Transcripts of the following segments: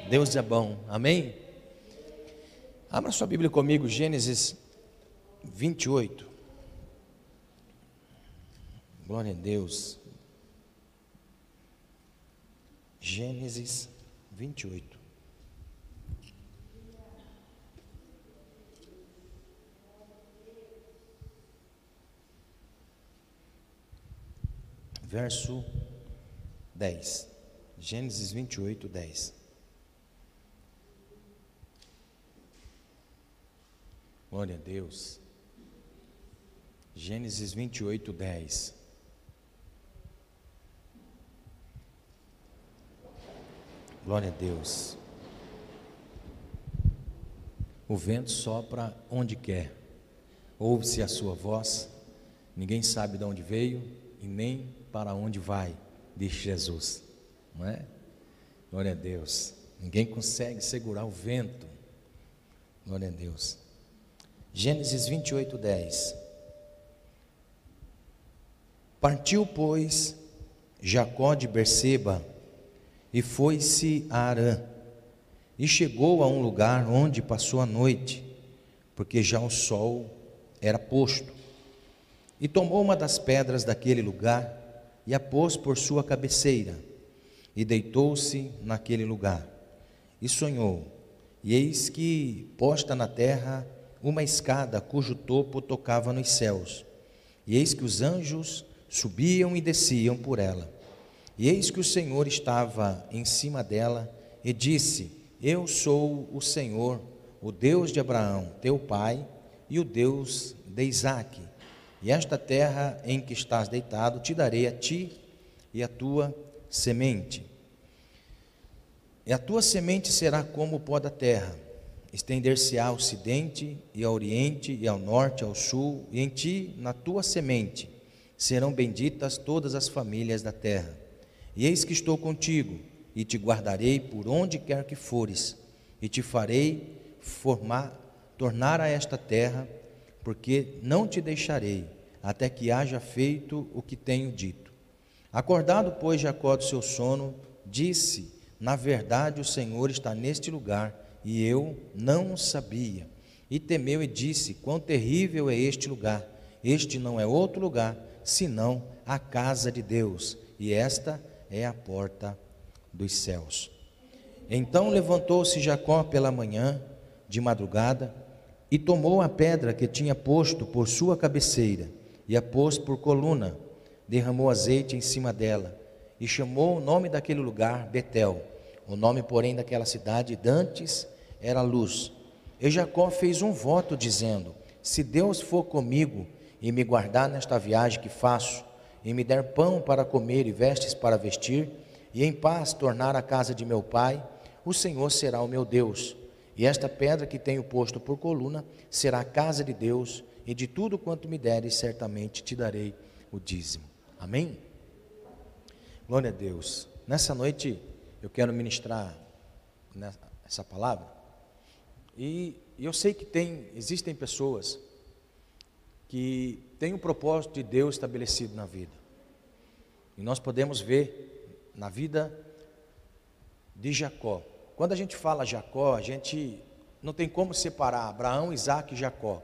Deus é bom, amém? Abra sua Bíblia comigo, Gênesis 28. Glória a Deus. Gênesis 28. Verso 10. Gênesis 28, 10. Glória a Deus. Gênesis 28, 10. Glória a Deus. O vento sopra onde quer, ouve-se a sua voz, ninguém sabe de onde veio e nem para onde vai, diz Jesus, não é? Glória a Deus. Ninguém consegue segurar o vento. Glória a Deus. Gênesis 28, 10. Partiu, pois, Jacó de Berseba e foi-se a Harã, e chegou a um lugar onde passou a noite, porque já o sol era posto. E tomou uma das pedras daquele lugar e a pôs por sua cabeceira, e deitou-se naquele lugar, e sonhou, e eis que, posta na terra, uma escada cujo topo tocava nos céus, e eis que os anjos subiam e desciam por ela, e eis que o Senhor estava em cima dela, e disse: Eu sou o Senhor, o Deus de Abraão, teu pai, e o Deus de Isaque, e esta terra em que estás deitado te darei a ti e a tua semente. E a tua semente será como o pó da terra, estender-se-á ao ocidente e ao oriente e ao norte, ao sul, e em ti, na tua semente, serão benditas todas as famílias da terra. E eis que estou contigo, e te guardarei por onde quer que fores, e te farei tornar a esta terra, porque não te deixarei, até que haja feito o que tenho dito. Acordado, pois, Jacó do seu sono, disse: Na verdade o Senhor está neste lugar, e eu não sabia. E temeu e disse: Quão terrível é este lugar! Este não é outro lugar, senão a casa de Deus, e esta é a porta dos céus. Então levantou-se Jacó pela manhã, de madrugada, e tomou a pedra que tinha posto por sua cabeceira, e a pôs por coluna, derramou azeite em cima dela, e chamou o nome daquele lugar Betel. O nome, porém, daquela cidade dantes era Luz. E Jacó fez um voto, dizendo: Se Deus for comigo e me guardar nesta viagem que faço, e me der pão para comer e vestes para vestir, e em paz tornar a casa de meu pai, o Senhor será o meu Deus. E esta pedra que tenho posto por coluna será a casa de Deus, e de tudo quanto me deres, certamente te darei o dízimo. Amém? Glória a Deus. Nessa noite eu quero ministrar essa palavra, e eu sei que existem pessoas que têm o propósito de Deus estabelecido na vida, e nós podemos ver na vida de Jacó. Quando a gente fala Jacó, a gente não tem como separar Abraão, Isaque e Jacó.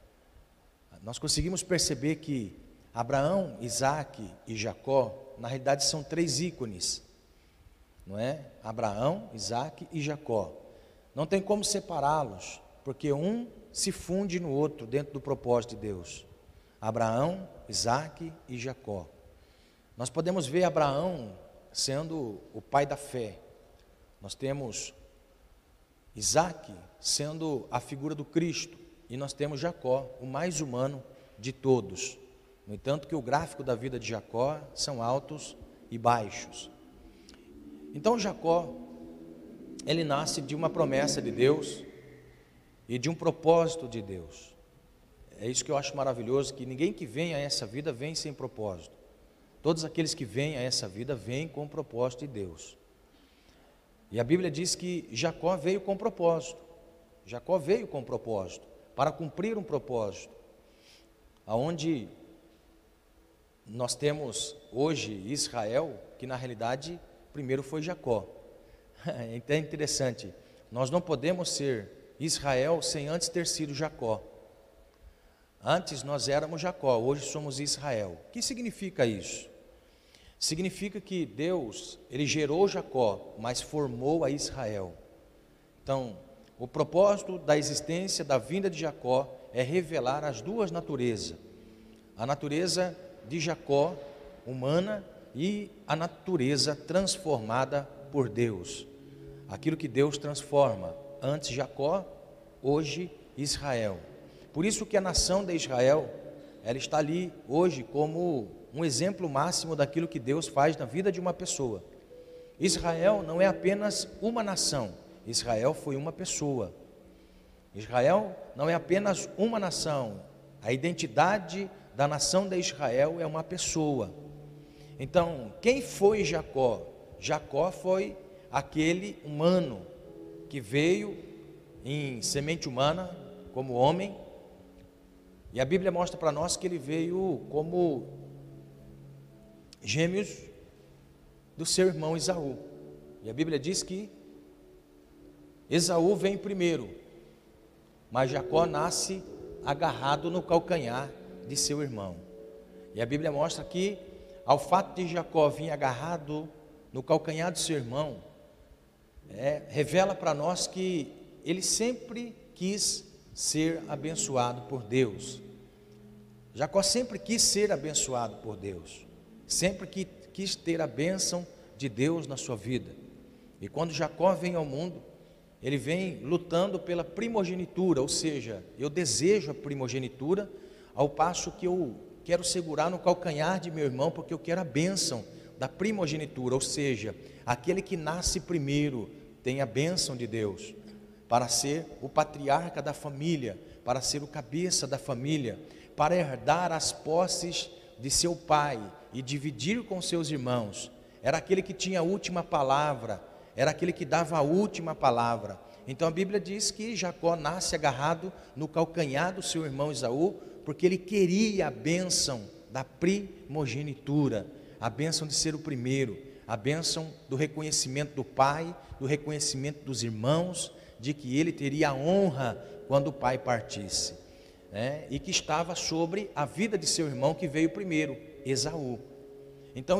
Nós conseguimos perceber que Abraão, Isaque e Jacó, na realidade são três ícones, não é? Abraão, Isaque e Jacó. Não tem como separá-los, porque um se funde no outro dentro do propósito de Deus. Abraão, Isaque e Jacó. Nós podemos ver Abraão sendo o pai da fé. Nós temos Isaque sendo a figura do Cristo, e nós temos Jacó, o mais humano de todos. No entanto, que o gráfico da vida de Jacó são altos e baixos. Então Jacó, ele nasce de uma promessa de Deus e de um propósito de Deus. É isso que eu acho maravilhoso, que ninguém que vem a essa vida vem sem propósito. Todos aqueles que vêm a essa vida vêm com o propósito de Deus. E a Bíblia diz que Jacó veio com propósito. Jacó veio com propósito, para cumprir um propósito, aonde nós temos hoje Israel, que na realidade primeiro foi Jacó. Então é interessante, nós não podemos ser Israel sem antes ter sido Jacó. Antes nós éramos Jacó, hoje somos Israel. O que significa isso? Significa que Deus, Ele gerou Jacó, mas formou a Israel. Então, o propósito da existência, da vinda de Jacó, é revelar as duas naturezas. A natureza de Jacó, humana, e a natureza transformada por Deus. Aquilo que Deus transforma, antes Jacó, hoje Israel. Por isso que a nação de Israel, ela está ali hoje como um exemplo máximo daquilo que Deus faz na vida de uma pessoa. Israel não é apenas uma nação, Israel foi uma pessoa. Israel não é apenas uma nação, a identidade da nação de Israel é uma pessoa. Então, quem foi Jacó? Jacó foi aquele humano que veio em semente humana, como homem, e a Bíblia mostra para nós que ele veio como gêmeos do seu irmão Esaú. E a Bíblia diz que Esaú vem primeiro, mas Jacó nasce agarrado no calcanhar de seu irmão. E a Bíblia mostra que, ao fato de Jacó vir agarrado no calcanhar de seu irmão, revela para nós que ele sempre quis ser abençoado por Deus. Jacó sempre quis ser abençoado por Deus, sempre quis ter a bênção de Deus na sua vida. E quando Jacó vem ao mundo, ele vem lutando pela primogenitura, ou seja, eu desejo a primogenitura, ao passo que eu quero segurar no calcanhar de meu irmão, porque eu quero a bênção da primogenitura, ou seja, aquele que nasce primeiro tem a bênção de Deus, para ser o patriarca da família, para ser o cabeça da família, para herdar as posses de seu pai e dividir com seus irmãos. Era aquele que tinha a última palavra, era aquele que dava a última palavra. Então a Bíblia diz que Jacó nasce agarrado no calcanhar do seu irmão Esaú, porque ele queria a bênção da primogenitura, a bênção de ser o primeiro, a bênção do reconhecimento do pai, do reconhecimento dos irmãos, de que ele teria a honra quando o pai partisse, e que estava sobre a vida de seu irmão que veio primeiro, Esaú. Então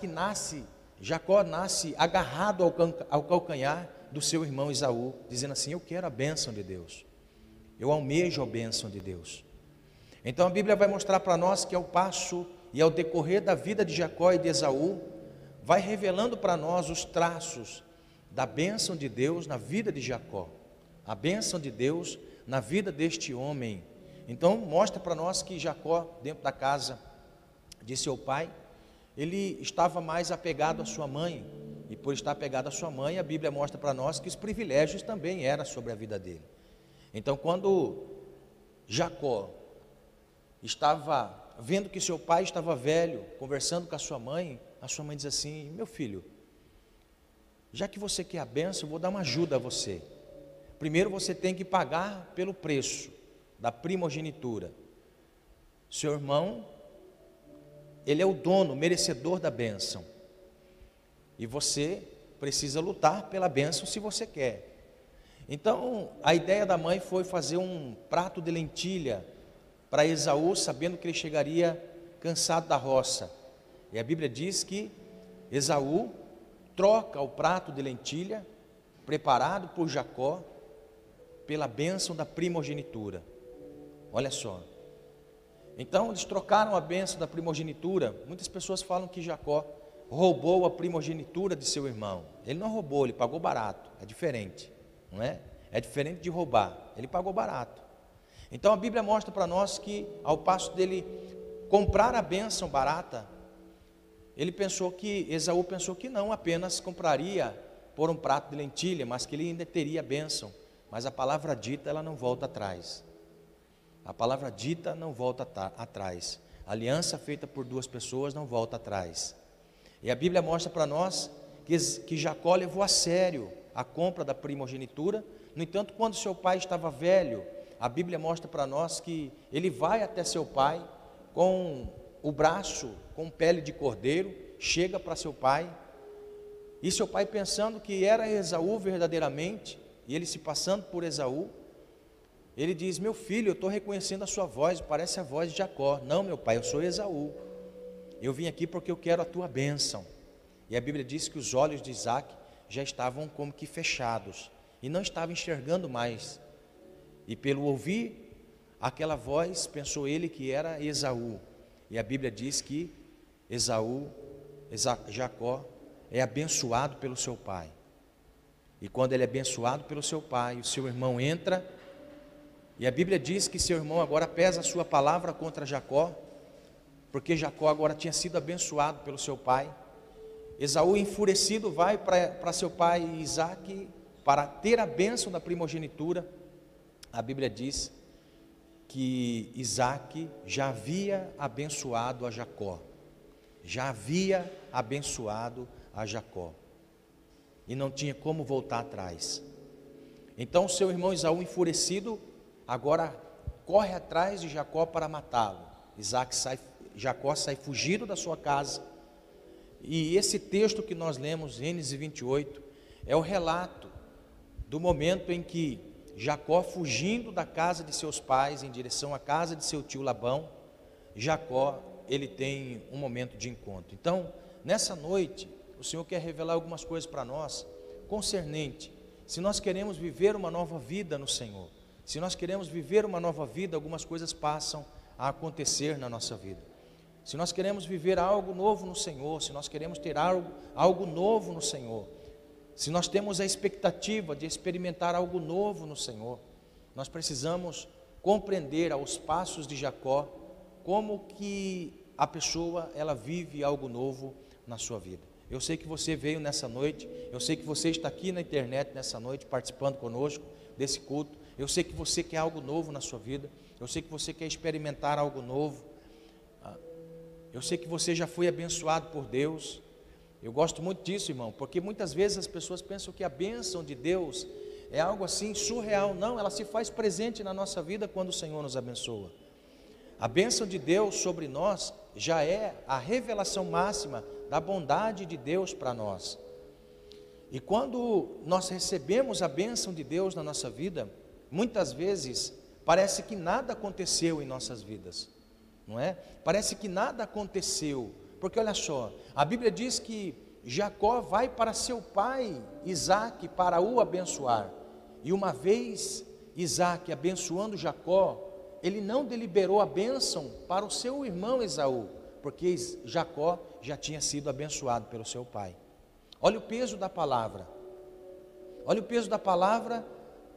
Jacó nasce agarrado ao calcanhar do seu irmão Esaú, dizendo assim: eu quero a bênção de Deus, eu almejo a bênção de Deus. Então a Bíblia vai mostrar para nós que ao passo e ao decorrer da vida de Jacó e de Esaú, vai revelando para nós os traços da bênção de Deus na vida de Jacó, a bênção de Deus na vida deste homem. Então mostra para nós que Jacó, dentro da casa de seu pai, ele estava mais apegado à sua mãe, e por estar apegado à sua mãe, a Bíblia mostra para nós que os privilégios também eram sobre a vida dele. Então quando Jacó estava vendo que seu pai estava velho, conversando com a sua mãe diz assim: meu filho, já que você quer a bênção, eu vou dar uma ajuda a você. Primeiro você tem que pagar pelo preço da primogenitura. Seu irmão, ele é o dono, merecedor da bênção, e você precisa lutar pela bênção se você quer. Então a ideia da mãe foi fazer um prato de lentilha para Esaú, sabendo que ele chegaria cansado da roça. E a Bíblia diz que Esaú troca o prato de lentilha preparado por Jacó pela bênção da primogenitura. Olha só. Então eles trocaram a bênção da primogenitura. Muitas pessoas falam que Jacó roubou a primogenitura de seu irmão. Ele não roubou, ele pagou barato. É diferente, não é? É diferente de roubar. Ele pagou barato. Então a Bíblia mostra para nós que, ao passo dele comprar a bênção barata, Esaú pensou que não apenas compraria por um prato de lentilha, mas que ele ainda teria a bênção. Mas a palavra dita, ela não volta atrás. A palavra dita não volta atrás. A aliança feita por duas pessoas não volta atrás. E a Bíblia mostra para nós que Jacó levou a sério a compra da primogenitura. No entanto, quando seu pai estava velho, a Bíblia mostra para nós que ele vai até seu pai com o braço com pele de cordeiro, chega para seu pai E seu pai, pensando que era Esaú verdadeiramente, e ele se passando por Esaú, ele diz: meu filho, eu estou reconhecendo a sua voz, parece a voz de Jacó. Não, meu pai, eu sou Esaú, eu vim aqui porque eu quero a tua bênção. E a Bíblia diz que os olhos de Isaac já estavam como que fechados, e não estava enxergando mais, e pelo ouvir aquela voz, pensou ele que era Esaú. E a Bíblia diz que Jacó é abençoado pelo seu pai. E quando ele é abençoado pelo seu pai, o seu irmão entra, e a Bíblia diz que seu irmão agora pesa a sua palavra contra Jacó, porque Jacó agora tinha sido abençoado pelo seu pai. Esaú, enfurecido, vai para seu pai Isaac para ter a bênção da primogenitura. A Bíblia diz que Isaac já havia abençoado a Jacó, e não tinha como voltar atrás. Então seu irmão Esaú, enfurecido, agora corre atrás de Jacó para matá-lo. Jacó sai fugido da sua casa, e esse texto que nós lemos, Gênesis 28, é o relato do momento em que Jacó, fugindo da casa de seus pais em direção à casa de seu tio Labão, Jacó, ele tem um momento de encontro. Então, nessa noite, o Senhor quer revelar algumas coisas para nós, concernente, se nós queremos viver uma nova vida no Senhor, se nós queremos viver uma nova vida, algumas coisas passam a acontecer na nossa vida. Se nós queremos viver algo novo no Senhor, se nós queremos ter algo novo no Senhor, se nós temos a expectativa de experimentar algo novo no Senhor, nós precisamos compreender aos passos de Jacó, como que a pessoa, ela vive algo novo na sua vida. Eu sei que você veio nessa noite, eu sei que você está aqui na internet nessa noite, participando conosco desse culto, eu sei que você quer algo novo na sua vida, eu sei que você quer experimentar algo novo, eu sei que você já foi abençoado por Deus. Eu gosto muito disso, irmão, porque muitas vezes as pessoas pensam que a bênção de Deus é algo assim surreal. Não, ela se faz presente na nossa vida quando o Senhor nos abençoa. A bênção de Deus sobre nós já é a revelação máxima da bondade de Deus para nós. E quando nós recebemos a bênção de Deus na nossa vida, muitas vezes parece que nada aconteceu em nossas vidas, não é? Parece que nada aconteceu. Porque olha só, a Bíblia diz que Jacó vai para seu pai Isaac para o abençoar. E uma vez Isaac abençoando Jacó, ele não deliberou a bênção para o seu irmão Esaú, porque Jacó já tinha sido abençoado pelo seu pai. Olha o peso da palavra. Olha o peso da palavra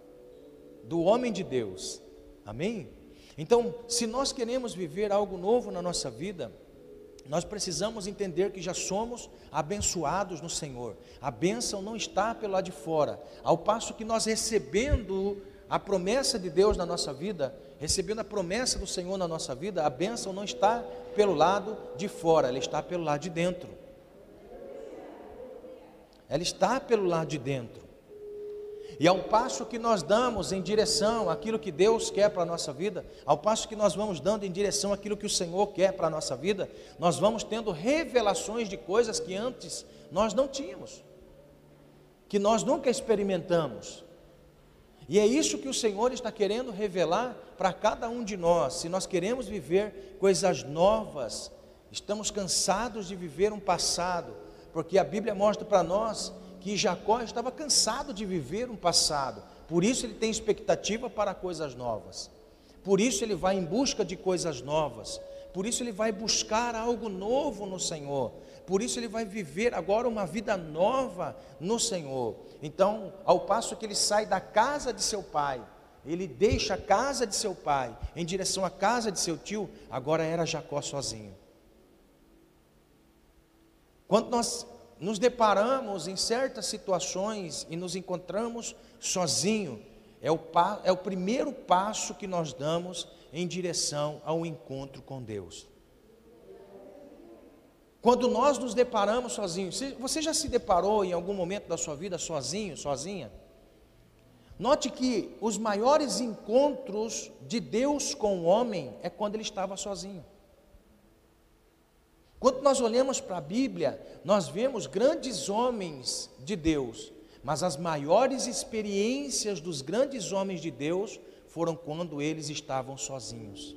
do homem de Deus. Amém? Então, se nós queremos viver algo novo na nossa vida, nós precisamos entender que já somos abençoados no Senhor. A bênção não está pelo lado de fora. Ao passo que nós, recebendo a promessa de Deus na nossa vida, recebendo a promessa do Senhor na nossa vida, a bênção não está pelo lado de fora, ela está pelo lado de dentro. Ela está pelo lado de dentro. E ao passo que nós damos em direção àquilo que Deus quer para a nossa vida, ao passo que nós vamos dando em direção àquilo que o Senhor quer para a nossa vida, nós vamos tendo revelações de coisas que antes nós não tínhamos, que nós nunca experimentamos. E é isso que o Senhor está querendo revelar para cada um de nós. Se nós queremos viver coisas novas, estamos cansados de viver um passado, porque a Bíblia mostra para nós que Jacó estava cansado de viver um passado, por isso ele tem expectativa para coisas novas, por isso ele vai em busca de coisas novas, por isso ele vai buscar algo novo no Senhor, por isso ele vai viver agora uma vida nova no Senhor. Então, ao passo que ele sai da casa de seu pai, ele deixa a casa de seu pai em direção à casa de seu tio, agora era Jacó sozinho. Quando nós nos deparamos em certas situações e nos encontramos sozinhos, é o primeiro passo que nós damos em direção ao encontro com Deus. Quando nós nos deparamos sozinhos, você já se deparou em algum momento da sua vida sozinho, sozinha? Note que os maiores encontros de Deus com o homem é quando ele estava sozinho. Quando nós olhamos para a Bíblia, nós vemos grandes homens de Deus, mas as maiores experiências dos grandes homens de Deus foram quando eles estavam sozinhos.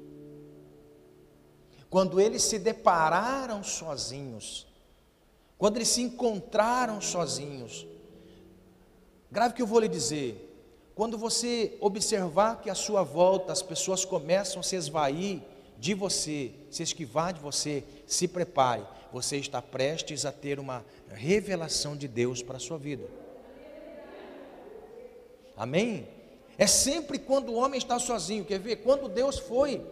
Quando eles se depararam sozinhos, quando eles se encontraram sozinhos. Grave o que eu vou lhe dizer. Quando você observar que à sua volta as pessoas começam a se esvair de você, se esquivar de você, se prepare, você está prestes a ter uma revelação de Deus para a sua vida. Amém? É sempre quando o homem está sozinho. Quer ver? Quando Deus foi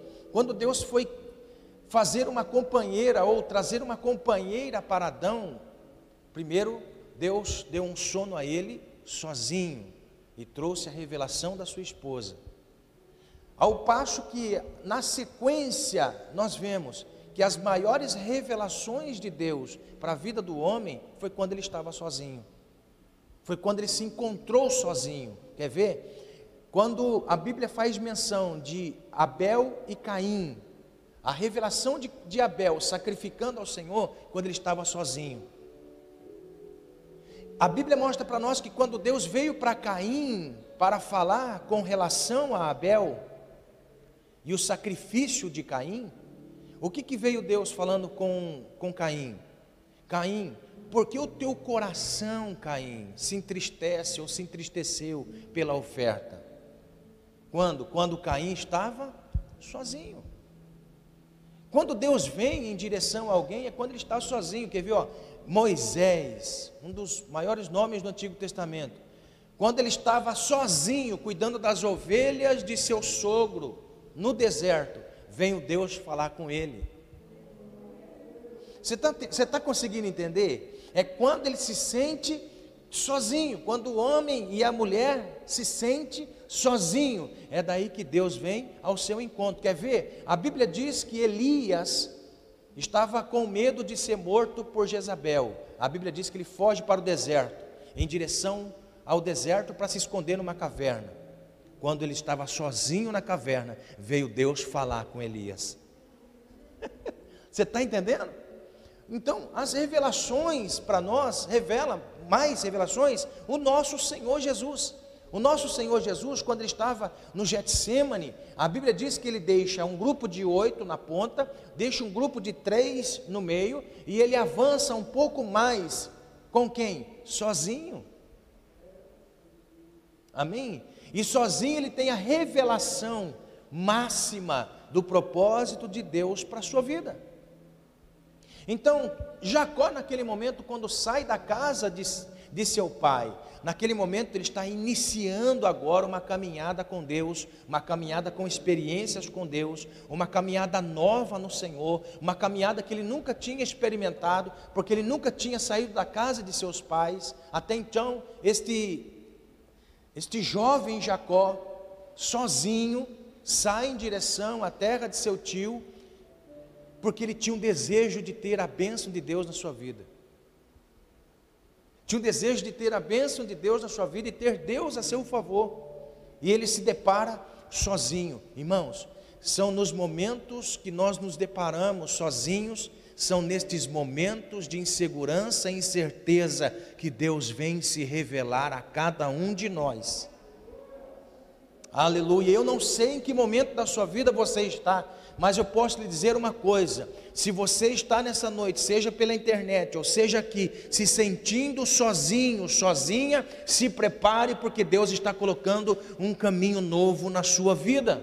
fazer uma companheira ou trazer uma companheira para Adão, primeiro Deus deu um sono a ele sozinho e trouxe a revelação da sua esposa. Ao passo que na sequência nós vemos que as maiores revelações de Deus para a vida do homem foi quando ele estava sozinho, foi quando ele se encontrou sozinho. Quer ver? Quando a Bíblia faz menção de Abel e Caim, a revelação de Abel sacrificando ao Senhor quando ele estava sozinho. A Bíblia mostra para nós que quando Deus veio para Caim para falar com relação a Abel e o sacrifício de Caim, o que veio Deus falando com Caim? Caim, por que o teu coração, Caim, se entristece ou se entristeceu pela oferta? Quando Caim estava sozinho. Quando Deus vem em direção a alguém é quando ele está sozinho. Quer ver? Moisés, um dos maiores nomes do Antigo Testamento, quando ele estava sozinho cuidando das ovelhas de seu sogro no deserto, veio Deus falar com ele. Você está conseguindo entender? É quando ele se sente sozinho, quando o homem e a mulher se sentem sozinho, é daí que Deus vem ao seu encontro. Quer ver? A Bíblia diz que Elias estava com medo de ser morto por Jezabel. A Bíblia diz que ele foge para o deserto, em direção ao deserto para se esconder numa caverna. Quando ele estava sozinho na caverna, veio Deus falar com Elias. Você está entendendo? Então, as revelações para nós, revelam mais revelações, o nosso Senhor Jesus. O nosso Senhor Jesus, quando ele estava no Getsêmani, a Bíblia diz que ele deixa um grupo de 8 na ponta, deixa um grupo de 3 no meio, e ele avança um pouco mais, com quem? Sozinho. Amém? E sozinho ele tem a revelação máxima do propósito de Deus para a sua vida. Então, Jacó naquele momento, quando sai da casa de seu pai, naquele momento ele está iniciando agora uma caminhada com Deus, uma caminhada com experiências com Deus, uma caminhada nova no Senhor, uma caminhada que ele nunca tinha experimentado, porque ele nunca tinha saído da casa de seus pais. Até então, este jovem Jacó, sozinho, sai em direção à terra de seu tio, porque ele tinha um desejo de ter a bênção de Deus na sua vida. Tinha um desejo de ter a bênção de Deus na sua vida e ter Deus a seu favor. E ele se depara sozinho. Irmãos, são nos momentos que nós nos deparamos sozinhos, são nestes momentos de insegurança e incerteza que Deus vem se revelar a cada um de nós. Aleluia. Eu não sei em que momento da sua vida você está, mas eu posso lhe dizer uma coisa: se você está nessa noite, seja pela internet ou seja aqui, se sentindo sozinho, sozinha, se prepare, porque Deus está colocando um caminho novo na sua vida.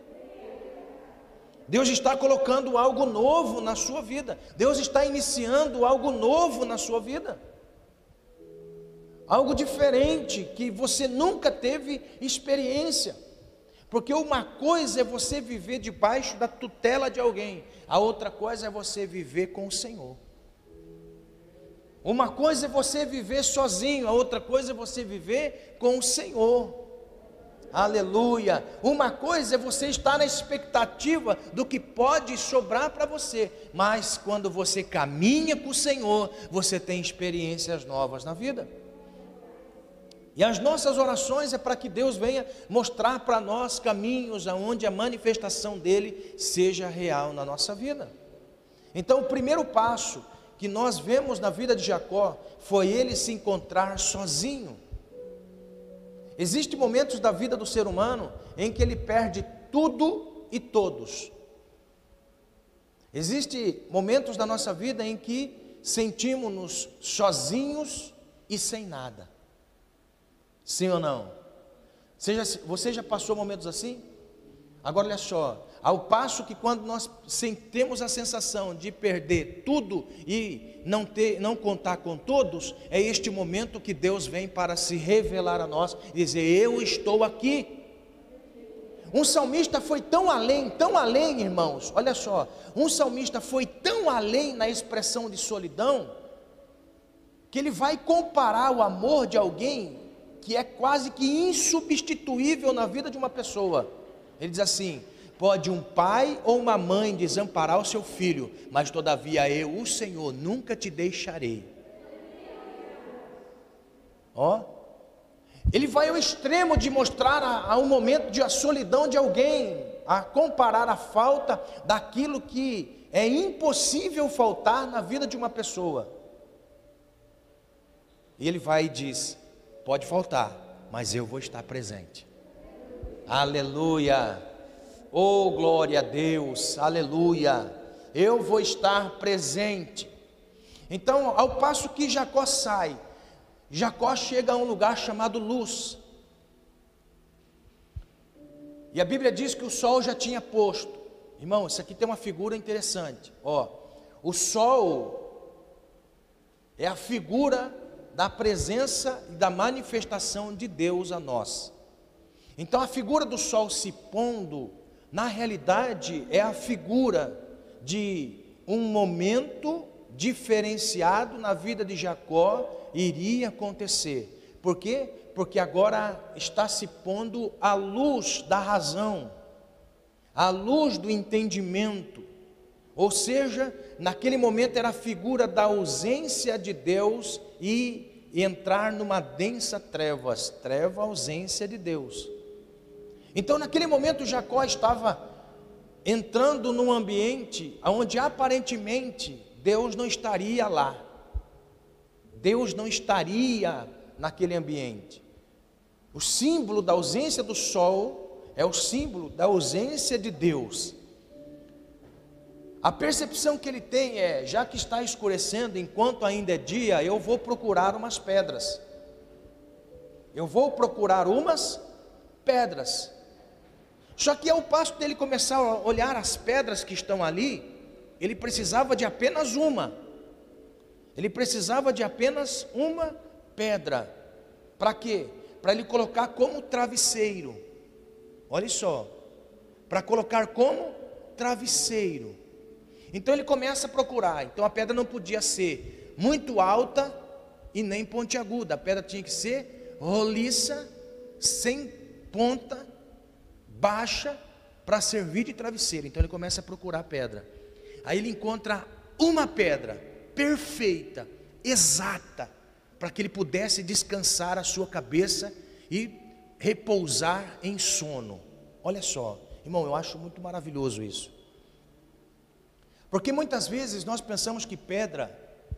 Deus está colocando algo novo na sua vida. Deus está iniciando algo novo na sua vida. Algo diferente que você nunca teve experiência. Porque uma coisa é você viver debaixo da tutela de alguém, a outra coisa é você viver com o Senhor. Uma coisa é você viver sozinho, a outra coisa é você viver com o Senhor. Aleluia. Uma coisa é você estar na expectativa do que pode sobrar para você, mas quando você caminha com o Senhor, você tem experiências novas na vida. E as nossas orações é para que Deus venha mostrar para nós caminhos aonde a manifestação dele seja real na nossa vida. Então o primeiro passo que nós vemos na vida de Jacó foi ele se encontrar sozinho. Existem momentos da vida do ser humano em que ele perde tudo e todos. Existem momentos da nossa vida em que sentimos-nos sozinhos e sem nada. Sim ou não? Você já passou momentos assim? Agora olha só, ao passo que quando nós temos a sensação de perder tudo e não contar com todos, é este momento que Deus vem para se revelar a nós e dizer: eu estou aqui. Um salmista foi tão além, irmãos, olha só, um salmista foi tão além na expressão de solidão, que ele vai comparar o amor de alguém que é quase que insubstituível na vida de uma pessoa. Ele diz assim: pode um pai ou uma mãe desamparar o seu filho, mas todavia eu, o Senhor, nunca te deixarei. Ó, ele vai ao extremo de mostrar a um momento de a solidão de alguém, a comparar a falta daquilo que é impossível faltar na vida de uma pessoa. E ele vai e diz: pode faltar, mas eu vou estar presente. Aleluia, oh glória a Deus, aleluia, eu vou estar presente. Então, ao passo que Jacó sai, Jacó chega a um lugar chamado Luz, e a Bíblia diz que o sol já tinha posto. Irmão, isso aqui tem uma figura interessante. Ó, o sol é a figura da presença e da manifestação de Deus a nós. Então a figura do sol se pondo, na realidade é a figura de um momento diferenciado na vida de Jacó iria acontecer. Por quê? Porque agora está se pondo a luz da razão, a luz do entendimento. Ou seja, naquele momento era a figura da ausência de Deus e entrar numa densa trevas, ausência de Deus. Então naquele momento Jacó estava entrando num ambiente onde aparentemente Deus não estaria lá. Deus não estaria naquele ambiente. O símbolo da ausência do sol é o símbolo da ausência de Deus. A percepção que ele tem é: já que está escurecendo, enquanto ainda é dia, eu vou procurar umas pedras. Eu vou procurar umas pedras. Só que ao passo dele começar a olhar as pedras que estão ali, ele precisava de apenas uma. Ele precisava de apenas uma pedra. Para quê? Para ele colocar como travesseiro. Olha só, para colocar como travesseiro. Então ele começa a procurar. Então a pedra não podia ser muito alta e nem pontiaguda. A pedra tinha que ser roliça, sem ponta, baixa, para servir de travesseiro. Então ele começa a procurar a pedra. Aí ele encontra uma pedra perfeita, exata, para que ele pudesse descansar a sua cabeça e repousar em sono. Olha só, irmão, eu acho muito maravilhoso isso. Porque muitas vezes nós pensamos que pedra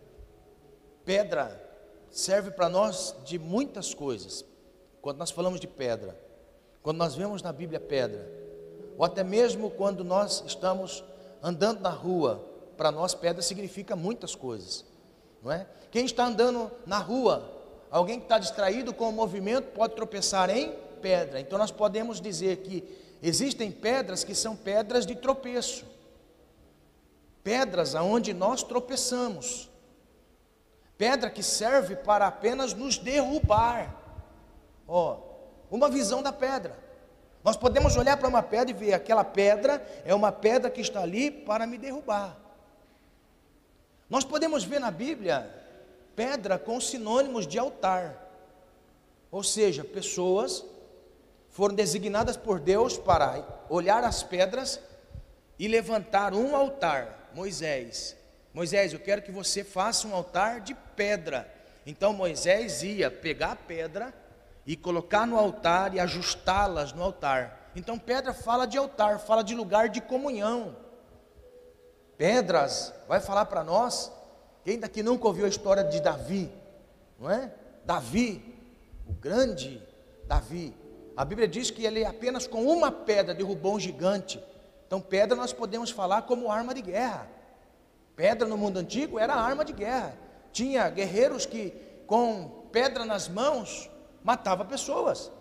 serve para nós de muitas coisas. Quando nós falamos de pedra, quando nós vemos na Bíblia pedra, ou até mesmo quando nós estamos andando na rua, para nós pedra significa muitas coisas, não é? Quem está andando na rua, alguém que está distraído com o movimento, pode tropeçar em pedra. Então nós podemos dizer que existem pedras que são pedras de tropeço, pedras aonde nós tropeçamos, pedra que serve para apenas nos derrubar. Ó, uma visão da pedra. Nós podemos olhar para uma pedra e ver: aquela pedra é uma pedra que está ali para me derrubar. Nós podemos ver na Bíblia pedra com sinônimos de altar, ou seja, pessoas foram designadas por Deus para olhar as pedras e levantar um altar. Moisés, eu quero que você faça um altar de pedra. Então Moisés ia pegar a pedra e colocar no altar e ajustá-las no altar. Então pedra fala de altar, fala de lugar de comunhão. pedras, vai falar para nós. Quem daqui nunca ouviu a história de Davi, não é? Davi, o grande Davi, a Bíblia diz que ele apenas com uma pedra derrubou um gigante. Então pedra nós podemos falar como arma de guerra. Pedra no mundo antigo era arma de guerra. Tinha guerreiros que com pedra nas mãos matava pessoas.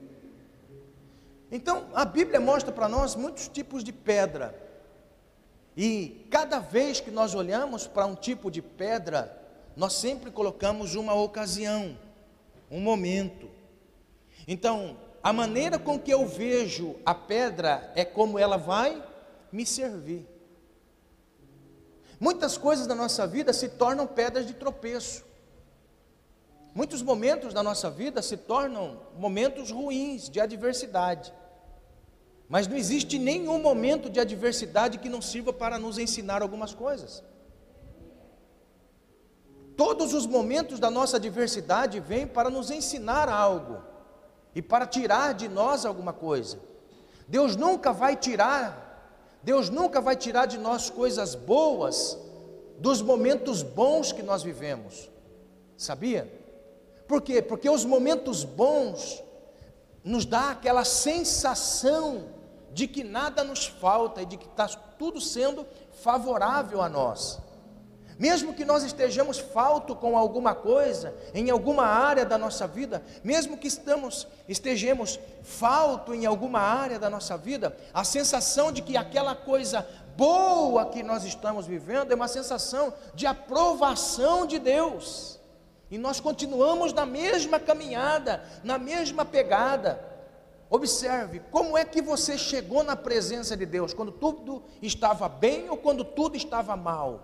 Então a Bíblia mostra para nós muitos tipos de pedra. E cada vez que nós olhamos para um tipo de pedra, nós sempre colocamos uma ocasião, um momento. Então, a maneira com que eu vejo a pedra é como ela vai me servir. Muitas coisas da nossa vida se tornam pedras de tropeço. Muitos momentos da nossa vida se tornam momentos ruins, de adversidade. Mas não existe nenhum momento de adversidade que não sirva para nos ensinar algumas coisas. Todos os momentos da nossa adversidade vêm para nos ensinar algo e para tirar de nós alguma coisa. Deus nunca vai tirar de nós coisas boas dos momentos bons que nós vivemos. Sabia? Por quê? Porque os momentos bons nos dá aquela sensação de que nada nos falta e de que está tudo sendo favorável a nós. Mesmo que nós estejamos falto com alguma coisa, em alguma área da nossa vida, mesmo que estejamos falto em alguma área da nossa vida, a sensação de que aquela coisa boa que nós estamos vivendo é uma sensação de aprovação de Deus. E nós continuamos na mesma caminhada, na mesma pegada. Observe, como é que você chegou na presença de Deus? Quando tudo estava bem ou quando tudo estava mal?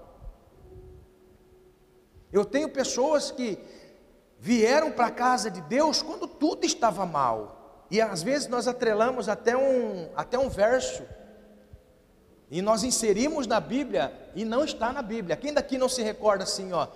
Eu tenho pessoas que vieram para a casa de Deus quando tudo estava mal. E às vezes nós atrelamos até um verso. E nós inserimos na Bíblia e não está na Bíblia. Quem daqui não se recorda assim, ó?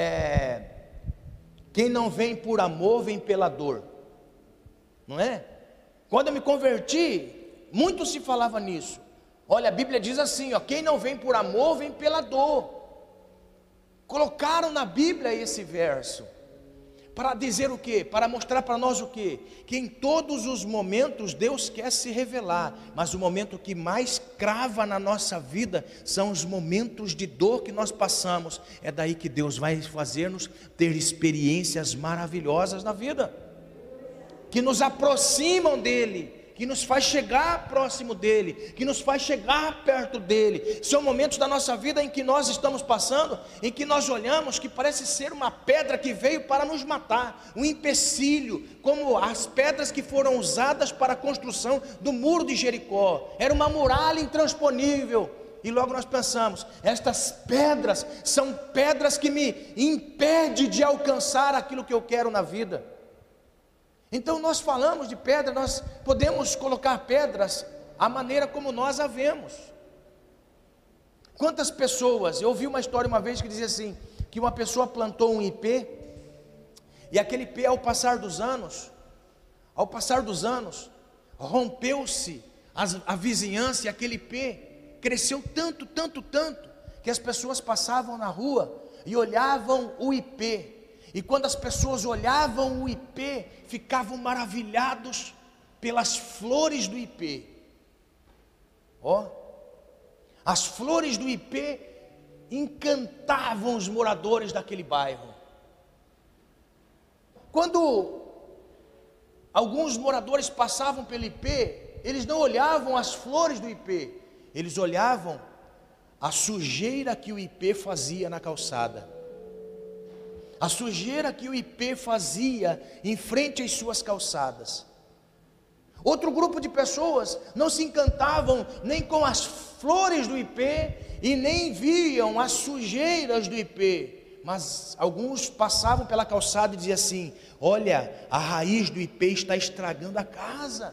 Quem não vem por amor, vem pela dor. Não é? Quando eu me converti, muito se falava nisso. Olha, a Bíblia diz assim, ó, quem não vem por amor, vem pela dor. Colocaram na Bíblia esse verso, para dizer o quê? Para mostrar para nós o quê? Que em todos os momentos Deus quer se revelar, mas o momento que mais crava na nossa vida, são os momentos de dor que nós passamos. É daí que Deus vai fazer-nos ter experiências maravilhosas na vida, que nos aproximam dEle, que nos faz chegar próximo dEle, que nos faz chegar perto dEle. São momentos da nossa vida em que nós estamos passando, em que nós olhamos que parece ser uma pedra que veio para nos matar, um empecilho, como as pedras que foram usadas para a construção do muro de Jericó. Era uma muralha intransponível. E logo nós pensamos, estas pedras são pedras que me impedem de alcançar aquilo que eu quero na vida. Então nós falamos de pedra, nós podemos colocar pedras à maneira como nós a vemos. Quantas pessoas, eu ouvi uma história uma vez que dizia assim, que uma pessoa plantou um ipê, e aquele ipê ao passar dos anos, rompeu-se a vizinhança, e aquele ipê cresceu tanto, que as pessoas passavam na rua e olhavam o ipê. E quando as pessoas olhavam o ipê, ficavam maravilhados pelas flores do ipê. As flores do ipê encantavam os moradores daquele bairro. Quando alguns moradores passavam pelo ipê, eles não olhavam as flores do ipê, eles olhavam a sujeira que o ipê fazia na calçada. A sujeira que o ipê fazia em frente às suas calçadas. Outro grupo de pessoas não se encantavam nem com as flores do ipê e nem viam as sujeiras do ipê, mas alguns passavam pela calçada e diziam assim: olha, a raiz do ipê está estragando a casa.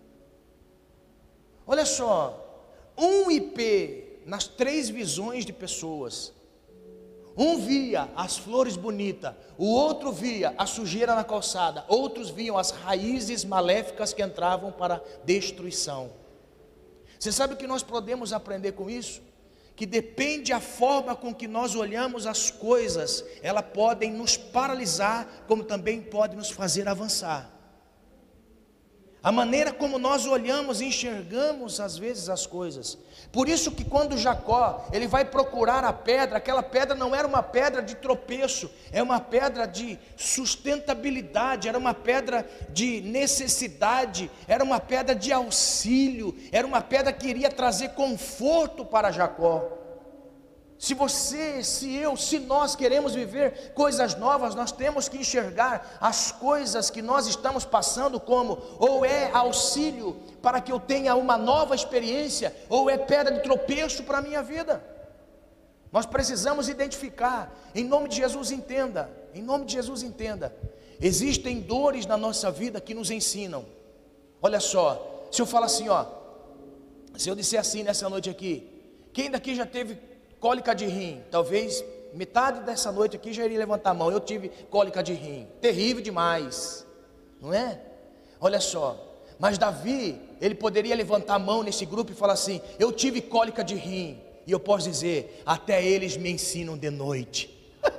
Olha só, um ipê nas 3 visões de pessoas. Um via as flores bonitas, o outro via a sujeira na calçada, outros viam as raízes maléficas que entravam para destruição. Você sabe o que nós podemos aprender com isso? que depende a forma com que nós olhamos as coisas, elas podem nos paralisar, como também podem nos fazer avançar. A maneira como nós olhamos e enxergamos às vezes as coisas. Por isso que quando Jacó, ele vai procurar a pedra, aquela pedra não era uma pedra de tropeço, é uma pedra de sustentabilidade, era uma pedra de necessidade, era uma pedra de auxílio, era uma pedra que iria trazer conforto para Jacó. Se você, se eu, se nós queremos viver coisas novas, nós temos que enxergar as coisas que nós estamos passando como ou é auxílio para que eu tenha uma nova experiência, ou é pedra de tropeço para a minha vida. Nós precisamos identificar, em nome de Jesus entenda, em nome de Jesus entenda, existem dores na nossa vida que nos ensinam. Olha só, se eu falar assim, ó, se eu disser assim nessa noite aqui, quem daqui já teve cólica de rim? Talvez metade dessa noite aqui já iria levantar a mão. Eu tive cólica de rim, terrível demais, não é? Olha só, mas Davi, ele poderia levantar a mão nesse grupo e falar assim: eu tive cólica de rim, e eu posso dizer, até eles me ensinam de noite.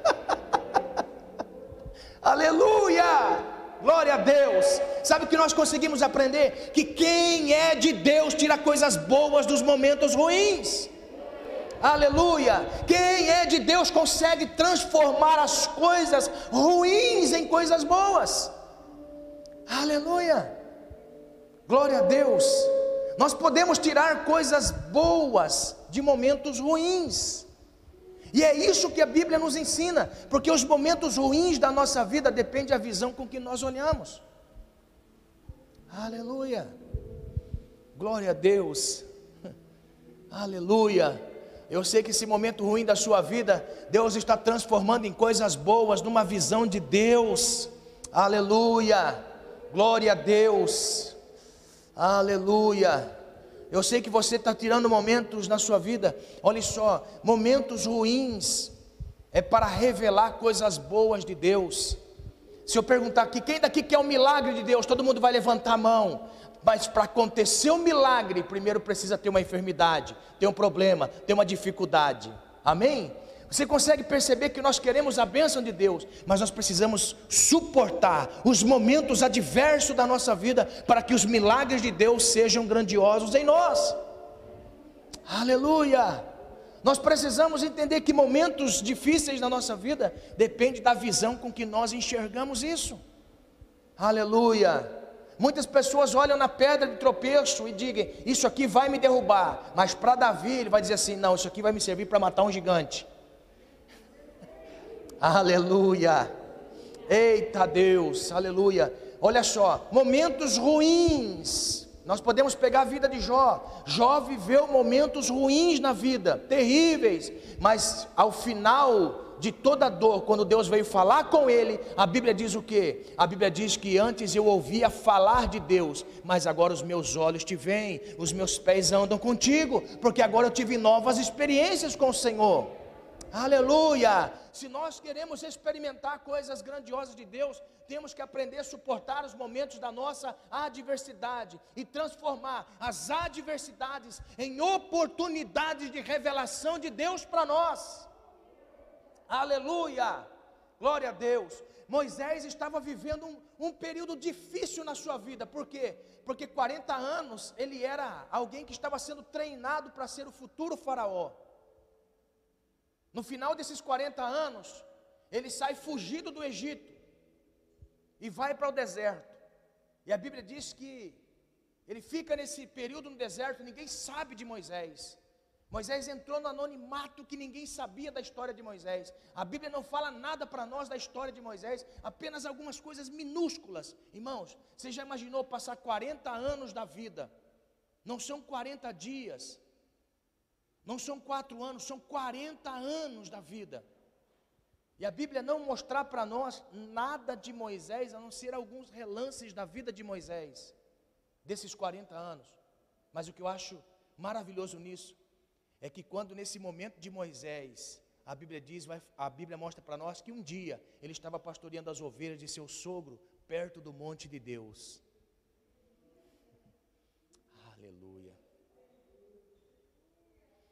Aleluia, glória a Deus. Sabe o que nós conseguimos aprender? Que quem é de Deus tira coisas boas dos momentos ruins. Aleluia, quem é de Deus consegue transformar as coisas ruins em coisas boas. Aleluia, glória a Deus. Nós podemos tirar coisas boas de momentos ruins, e é isso que a Bíblia nos ensina, porque os momentos ruins da nossa vida dependem da visão com que nós olhamos. Aleluia, glória a Deus, aleluia. Eu sei que esse momento ruim da sua vida, Deus está transformando em coisas boas, numa visão de Deus. Aleluia, glória a Deus, aleluia. Eu sei que você está tirando momentos na sua vida, olha só, momentos ruins, é para revelar coisas boas de Deus. Se eu perguntar aqui, quem daqui quer um milagre de Deus? Todo mundo vai levantar a mão. Mas para acontecer um milagre, primeiro precisa ter uma enfermidade, ter um problema, ter uma dificuldade. Amém? Você consegue perceber que nós queremos a bênção de Deus, mas nós precisamos suportar os momentos adversos da nossa vida, para que os milagres de Deus sejam grandiosos em nós. Aleluia! Nós precisamos entender que momentos difíceis na nossa vida dependem da visão com que nós enxergamos isso. Aleluia! Muitas pessoas olham na pedra de tropeço e dizem, isso aqui vai me derrubar. Mas para Davi ele vai dizer assim, não, isso aqui vai me servir para matar um gigante. Aleluia, eita Deus, aleluia. Olha só, momentos ruins, nós podemos pegar a vida de Jó. Jó viveu momentos ruins na vida, terríveis, mas ao final de toda dor, quando Deus veio falar com ele, a Bíblia diz o quê? A Bíblia diz que antes eu ouvia falar de Deus, mas agora os meus olhos te veem, os meus pés andam contigo, porque agora eu tive novas experiências com o Senhor. Aleluia! Se nós queremos experimentar coisas grandiosas de Deus, temos que aprender a suportar os momentos da nossa adversidade e transformar as adversidades em oportunidades de revelação de Deus para nós. Aleluia, glória a Deus. Moisés estava vivendo um período difícil na sua vida. Por quê? Porque 40 anos ele era alguém que estava sendo treinado para ser o futuro faraó. No final desses 40 anos, ele sai fugido do Egito e vai para o deserto. E a Bíblia diz que ele fica nesse período no deserto, ninguém sabe de Moisés. Moisés entrou no anonimato, que ninguém sabia da história de Moisés. A Bíblia não fala nada para nós da história de Moisés, apenas algumas coisas minúsculas. Irmãos, você já imaginou passar 40 anos da vida? Não são 40 dias, não são 4 anos, são 40 anos da vida. E a Bíblia não mostrar para nós nada de Moisés, a não ser alguns relances da vida de Moisés, desses 40 anos. Mas o que eu acho maravilhoso nisso, é que quando nesse momento de Moisés, a Bíblia mostra para nós que um dia ele estava pastoreando as ovelhas de seu sogro, perto do monte de Deus. Aleluia.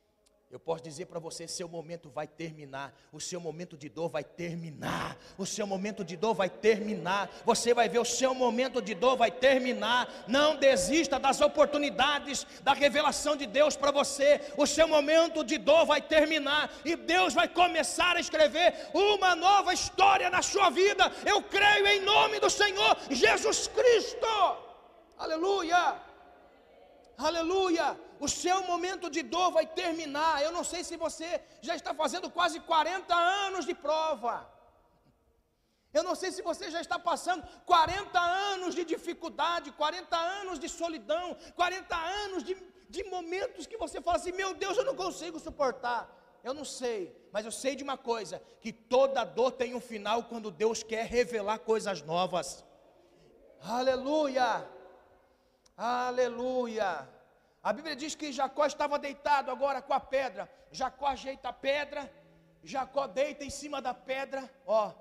Eu posso dizer para você, seu momento vai terminar, o seu momento de dor vai terminar, o seu momento de dor vai terminar, você vai ver o seu momento de dor vai terminar. Não desista das oportunidades da revelação de Deus para você, o seu momento de dor vai terminar, e Deus vai começar a escrever uma nova história na sua vida. Eu creio em nome do Senhor Jesus Cristo, aleluia. Aleluia, o seu momento de dor vai terminar. Eu não sei se você já está fazendo quase 40 anos de prova. Eu não sei se você já está passando 40 anos de dificuldade, 40 anos de solidão, 40 anos de momentos que você fala assim, meu Deus, eu não consigo suportar. Eu não sei, mas eu sei de uma coisa, que toda dor tem um final quando Deus quer revelar coisas novas. Aleluia. Aleluia. A Bíblia diz que Jacó estava deitado agora com a pedra. Jacó ajeita a pedra, Jacó deita em cima da pedra,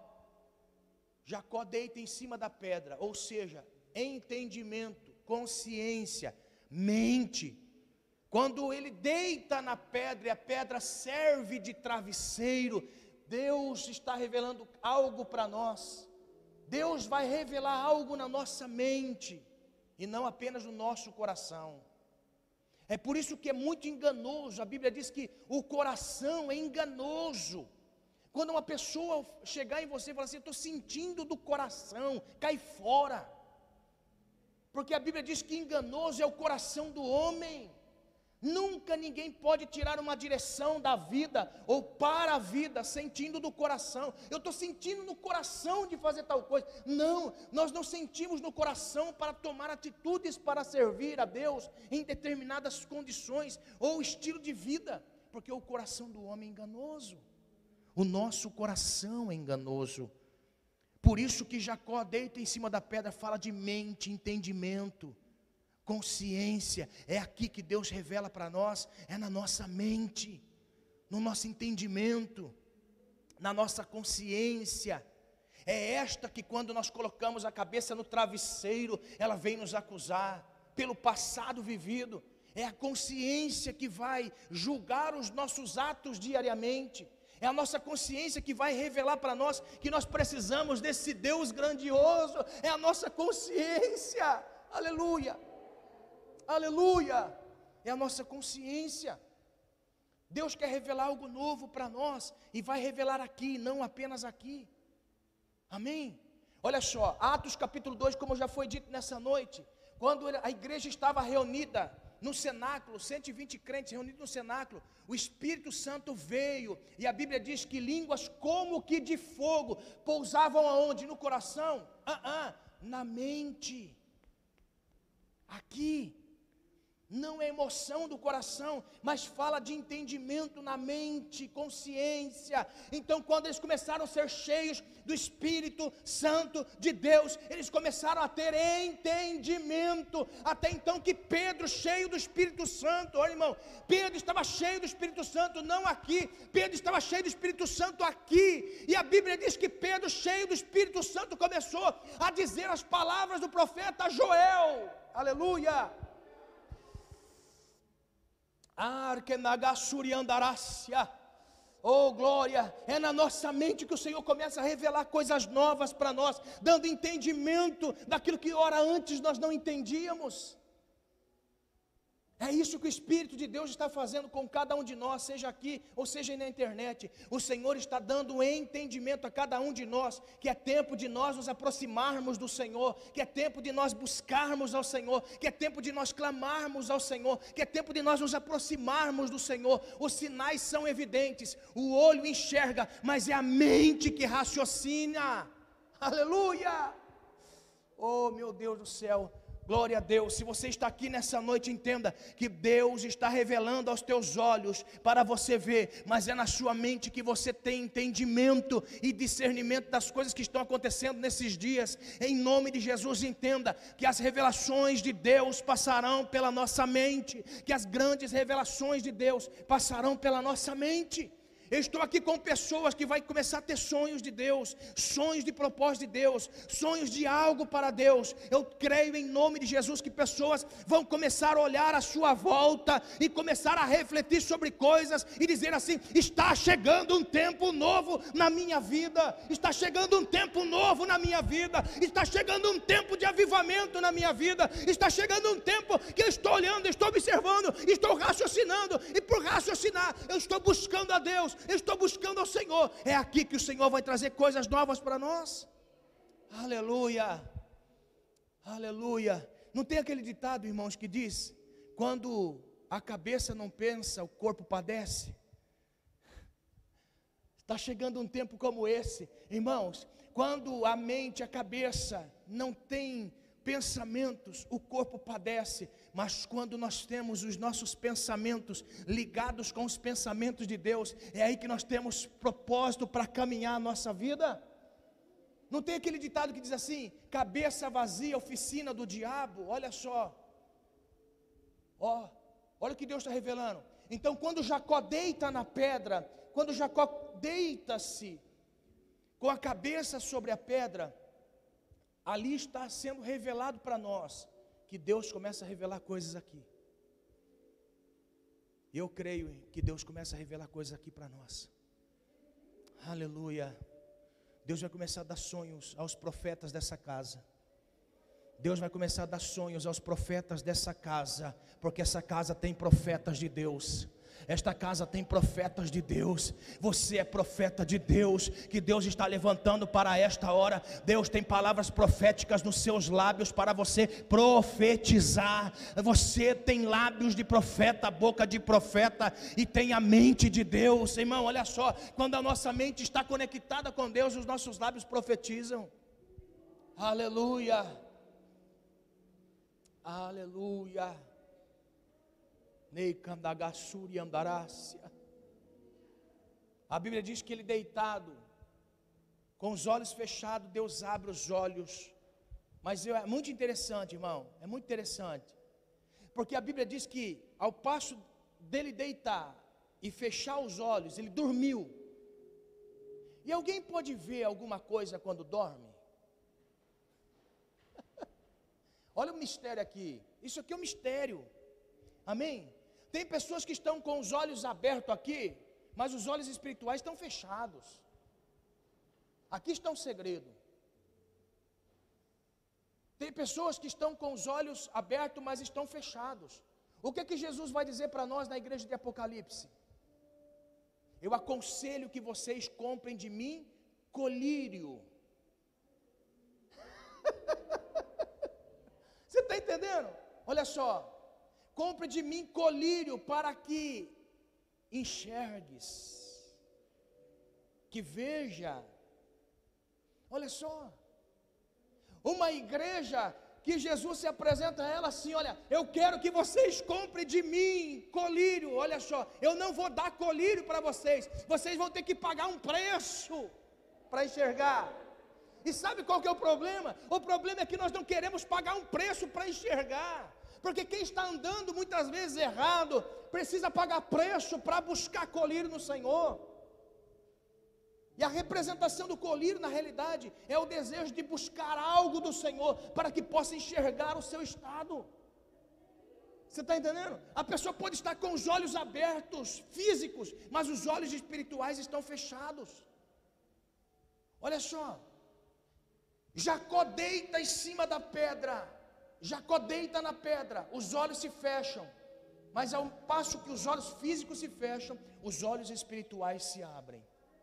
Jacó deita em cima da pedra, ou seja, entendimento, consciência, mente. Quando ele deita na pedra e a pedra serve de travesseiro, Deus está revelando algo para nós. Deus vai revelar algo na nossa mente e não apenas no nosso coração. É por isso que é muito enganoso. A Bíblia diz que o coração é enganoso. Quando uma pessoa chegar em você e falar assim, eu estou sentindo do coração, cai fora. Porque a Bíblia diz que enganoso é o coração do homem. Nunca ninguém pode tirar uma direção da vida ou para a vida sentindo do coração. Eu estou sentindo no coração de fazer tal coisa. Não, nós não sentimos no coração para tomar atitudes para servir a Deus em determinadas condições ou estilo de vida, porque o coração do homem é enganoso. O nosso coração é enganoso. Por isso que Jacó deita em cima da pedra, fala de mente, entendimento, consciência. É aqui que Deus revela para nós, é na nossa mente, no nosso entendimento, na nossa consciência. É esta que quando nós colocamos a cabeça no travesseiro, ela vem nos acusar pelo passado vivido. É a consciência que vai julgar os nossos atos diariamente. É a nossa consciência que vai revelar para nós que nós precisamos desse Deus grandioso. É a nossa consciência, aleluia. Aleluia, é a nossa consciência. Deus quer revelar algo novo para nós, e vai revelar aqui, não apenas aqui. Amém? Olha só, Atos capítulo 2, como já foi dito nessa noite, quando a igreja estava reunida no cenáculo, 120 crentes reunidos no cenáculo, o Espírito Santo veio, e a Bíblia diz que línguas como que de fogo pousavam aonde? No coração? Na mente. Aqui. Não é emoção do coração, mas fala de entendimento na mente, consciência. Então quando eles começaram a ser cheios do Espírito Santo de Deus, eles começaram a ter entendimento. Até então que Pedro, cheio do Espírito Santo, olha irmão, Pedro estava cheio do Espírito Santo, não aqui, Pedro estava cheio do Espírito Santo aqui. E a Bíblia diz que Pedro, cheio do Espírito Santo, começou a dizer as palavras do profeta Joel, aleluia. Oh glória, é na nossa mente que o Senhor começa a revelar coisas novas para nós, dando entendimento daquilo que ora antes nós não entendíamos. É isso que o Espírito de Deus está fazendo com cada um de nós, seja aqui ou seja na internet. O Senhor está dando um entendimento a cada um de nós, que é tempo de nós nos aproximarmos do Senhor, que é tempo de nós buscarmos ao Senhor, que é tempo de nós clamarmos ao Senhor, que é tempo de nós nos aproximarmos do Senhor. Os sinais são evidentes, o olho enxerga, mas é a mente que raciocina. Aleluia! Oh meu Deus do céu! Glória a Deus. Se você está aqui nessa noite, entenda que Deus está revelando aos teus olhos para você ver, mas é na sua mente que você tem entendimento e discernimento das coisas que estão acontecendo nesses dias. Em nome de Jesus, entenda que as revelações de Deus passarão pela nossa mente, que as grandes revelações de Deus passarão pela nossa mente. Eu estou aqui com pessoas que vai começar a ter sonhos de Deus, sonhos de propósito de Deus, sonhos de algo para Deus. Eu creio em nome de Jesus que pessoas vão começar a olhar à sua volta e começar a refletir sobre coisas e dizer assim: está chegando um tempo novo na minha vida, está chegando um tempo novo na minha vida, está chegando um tempo de avivamento na minha vida, está chegando um tempo que eu estou olhando, estou observando, estou raciocinando, e por raciocinar eu estou buscando a Deus, eu estou buscando ao Senhor. É aqui que o Senhor vai trazer coisas novas para nós. Aleluia, aleluia. Não tem aquele ditado, irmãos, que diz: quando a cabeça não pensa, o corpo padece? Está chegando um tempo como esse, irmãos, quando a mente, a cabeça não tem pensamentos, o corpo padece. Mas quando nós temos os nossos pensamentos ligados com os pensamentos de Deus, é aí que nós temos propósito para caminhar a nossa vida. Não tem aquele ditado que diz assim: cabeça vazia, oficina do diabo? Olha só, olha o que Deus está revelando. Então, quando Jacó deita na pedra, quando Jacó deita-se com a cabeça sobre a pedra, ali está sendo revelado para nós que Deus começa a revelar coisas aqui. Eu creio que Deus começa a revelar coisas aqui para nós. Aleluia. Deus vai começar a dar sonhos aos profetas dessa casa. Deus vai começar a dar sonhos aos profetas dessa casa, porque essa casa tem profetas de Deus. Esta casa tem profetas de Deus. Você é profeta de Deus, que Deus está levantando para esta hora. Deus tem palavras proféticas nos seus lábios para você profetizar. Você tem lábios de profeta, boca de profeta, e tem a mente de Deus. Irmão, olha só, quando a nossa mente está conectada com Deus, os nossos lábios profetizam. Aleluia, aleluia. A Bíblia diz que ele deitado, com os olhos fechados, Deus abre os olhos. Mas é muito interessante, irmão, é muito interessante, porque a Bíblia diz que ao passo dele deitar e fechar os olhos, ele dormiu. E alguém pode ver alguma coisa quando dorme? Olha o mistério aqui, isso aqui é um mistério, amém? Tem pessoas que estão com os olhos abertos aqui, mas os olhos espirituais estão fechados. Aqui está um segredo. Tem pessoas que estão com os olhos abertos, mas estão fechados. O que é que Jesus vai dizer para nós na igreja de Apocalipse? Eu aconselho que vocês comprem de mim colírio. Você está entendendo? Olha só. Compre de mim colírio para que enxergues, que veja. Olha só, uma igreja que Jesus se apresenta a ela assim: olha, eu quero que vocês comprem de mim colírio. Olha só, eu não vou dar colírio para vocês, vocês vão ter que pagar um preço para enxergar. E sabe qual que é o problema? O problema é que nós não queremos pagar um preço para enxergar. Porque quem está andando muitas vezes errado, precisa pagar preço para buscar colírio no Senhor. E a representação do colírio, na realidade, é o desejo de buscar algo do Senhor, para que possa enxergar o seu estado. Você está entendendo? A pessoa pode estar com os olhos abertos, físicos, mas os olhos espirituais estão fechados. Olha só, Jacó deita em cima da pedra. Jacó deita na pedra, os olhos se fecham, mas ao passo que os olhos físicos se fecham, os olhos espirituais se abrem.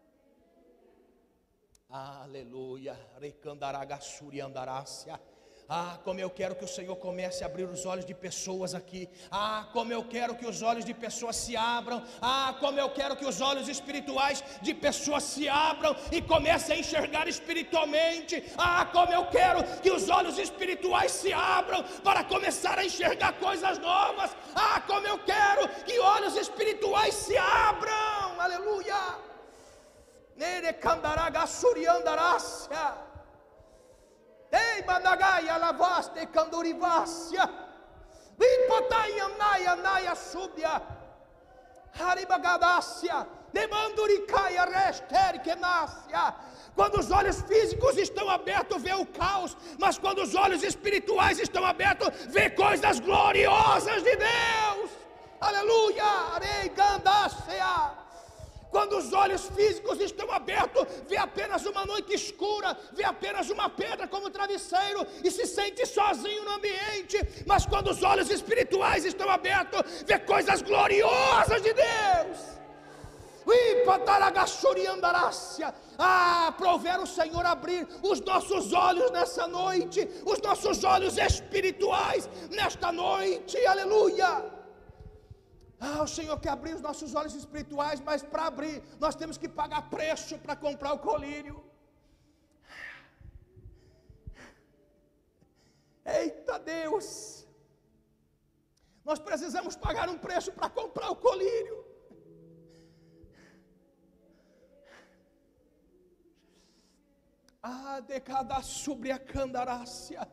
Aleluia. Ah, como eu quero que o Senhor comece a abrir os olhos de pessoas aqui. Ah, como eu quero que os olhos de pessoas se abram. Ah, como eu quero que os olhos espirituais de pessoas se abram e comecem a enxergar espiritualmente. Ah, como eu quero que os olhos espirituais se abram para começar a enxergar coisas novas. Ah, como eu quero que olhos espirituais se abram. Aleluia. Nere candaraga suriandarácia. Ei, Managaia, lavaste, candurivácia, Vipotaia, naia, naia, súbia, Haribagadácia, Quando os olhos físicos estão abertos, vê o caos, mas quando os olhos espirituais estão abertos, vê coisas gloriosas de Deus. Aleluia! Quando os olhos físicos estão abertos, vê apenas uma noite escura, vê apenas uma pedra como travesseiro e se sente sozinho no ambiente. Mas quando os olhos espirituais estão abertos, vê coisas gloriosas de Deus. Prover o Senhor abrir os nossos olhos nessa noite, os nossos olhos espirituais nesta noite, aleluia. O Senhor quer abrir os nossos olhos espirituais, mas para abrir, nós temos que pagar preço para comprar o colírio. Eita Deus! Nós precisamos pagar um preço para comprar o colírio. Decada sobre a candarácia.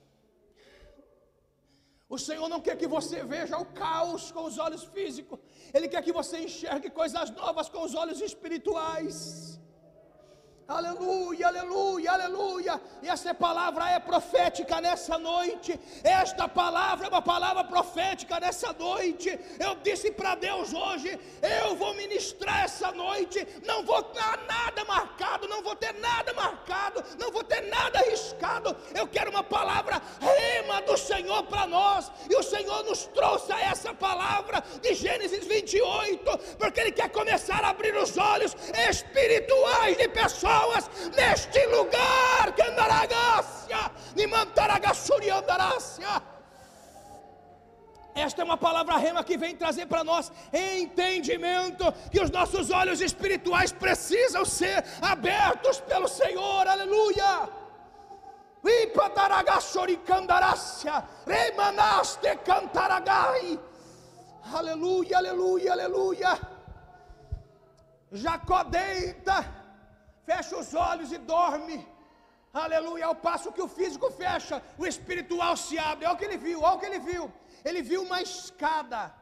O Senhor não quer que você veja o caos com os olhos físicos. Ele quer que você enxergue coisas novas com os olhos espirituais. Aleluia, aleluia, aleluia. E essa palavra é profética nessa noite. Esta palavra é uma palavra profética nessa noite. Eu disse para Deus hoje: eu vou ministrar essa noite. Não vou ter nada marcado, não vou ter nada marcado, não vou ter nada arriscado. Eu quero uma palavra rema do Senhor para nós. E o Senhor nos trouxe essa palavra de Gênesis 28, porque Ele quer começar a abrir os olhos espirituais de pessoas neste lugar. Esta é uma palavra rema que vem trazer para nós entendimento, que os nossos olhos espirituais precisam ser abertos pelo Senhor, aleluia. Aleluia, aleluia, aleluia. Jacó deita, fecha os olhos e dorme, aleluia. Ao passo que o físico fecha, o espiritual se abre. Olha o que ele viu, olha o que ele viu. Ele viu uma escada,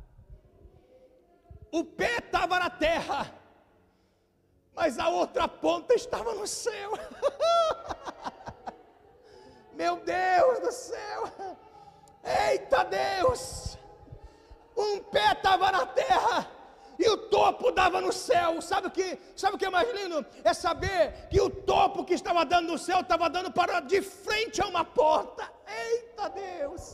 o pé estava na terra, mas a outra ponta estava no céu. Meu Deus do céu, eita Deus, um pé estava na terra e o topo dava no céu. Sabe o que é mais lindo? É saber que o topo que estava dando no céu estava dando para de frente a uma porta. Eita Deus!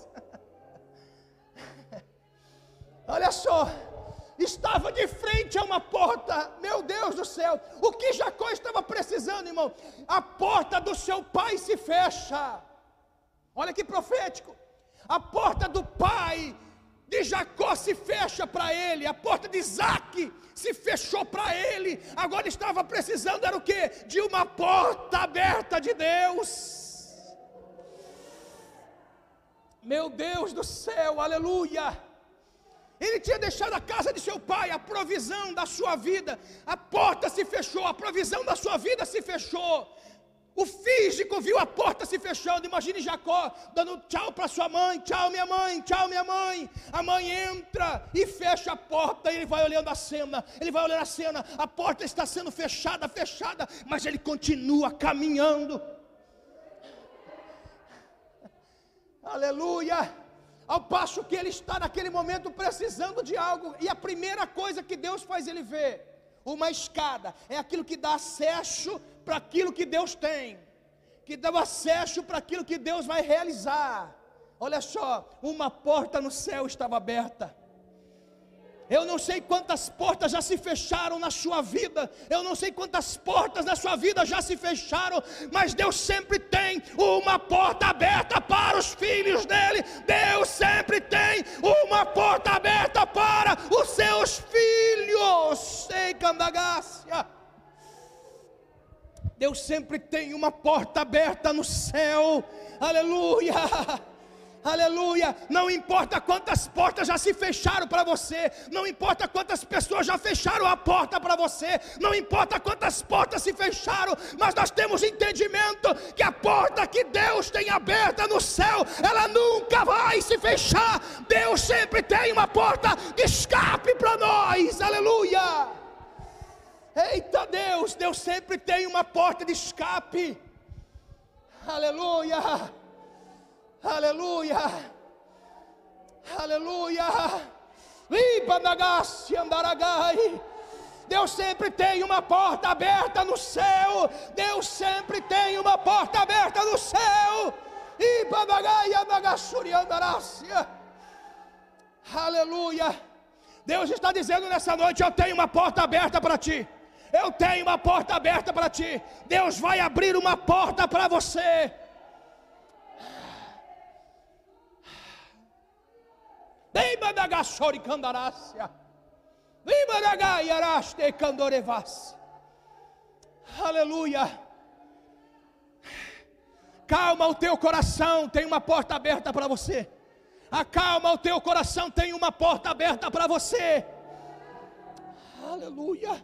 Olha só, estava de frente a uma porta. Meu Deus do céu, o que Jacó estava precisando, irmão? A porta do seu pai se fecha. Olha que profético. A porta do pai de Jacó se fecha para ele, a porta de Isaac se fechou para ele. Agora estava precisando, era o quê? De uma porta aberta de Deus. Meu Deus do céu, aleluia. Ele tinha deixado a casa de seu pai, a provisão da sua vida, a porta se fechou, a provisão da sua vida se fechou. O físico viu a porta se fechando. Imagine Jacó dando tchau para sua mãe: tchau minha mãe, tchau minha mãe. A mãe entra e fecha a porta, e ele vai olhando a cena, a porta está sendo fechada, mas ele continua caminhando. Aleluia. Ao passo que ele está naquele momento precisando de algo, e a primeira coisa que Deus faz ele ver, uma escada, é aquilo que dá acesso para aquilo que Deus tem, que dá acesso para aquilo que Deus vai realizar. Olha só, uma porta no céu estava aberta. Eu não sei quantas portas já se fecharam na sua vida, eu não sei quantas portas na sua vida já se fecharam, mas Deus sempre tem uma porta aberta para os filhos dele. Deus sempre tem uma porta aberta para os seus filhos. Ei, candagácia. Deus sempre tem uma porta aberta no céu, aleluia. Aleluia, não importa quantas portas já se fecharam para você, não importa quantas pessoas já fecharam a porta para você, não importa quantas portas se fecharam, mas nós temos entendimento que a porta que Deus tem aberta no céu, ela nunca vai se fechar. Deus sempre tem uma porta de escape para nós, aleluia. Eita Deus, Deus sempre tem uma porta de escape. Aleluia, aleluia, aleluia. Deus sempre tem uma porta aberta no céu. Deus sempre tem uma porta aberta no céu. Aleluia. Deus está dizendo nessa noite: eu tenho uma porta aberta para ti. Eu tenho uma porta aberta para ti. Deus vai abrir uma porta para você. Aleluia. Calma o teu coração, tem uma porta aberta para você. Acalma o teu coração, tem uma porta aberta para você. Aleluia.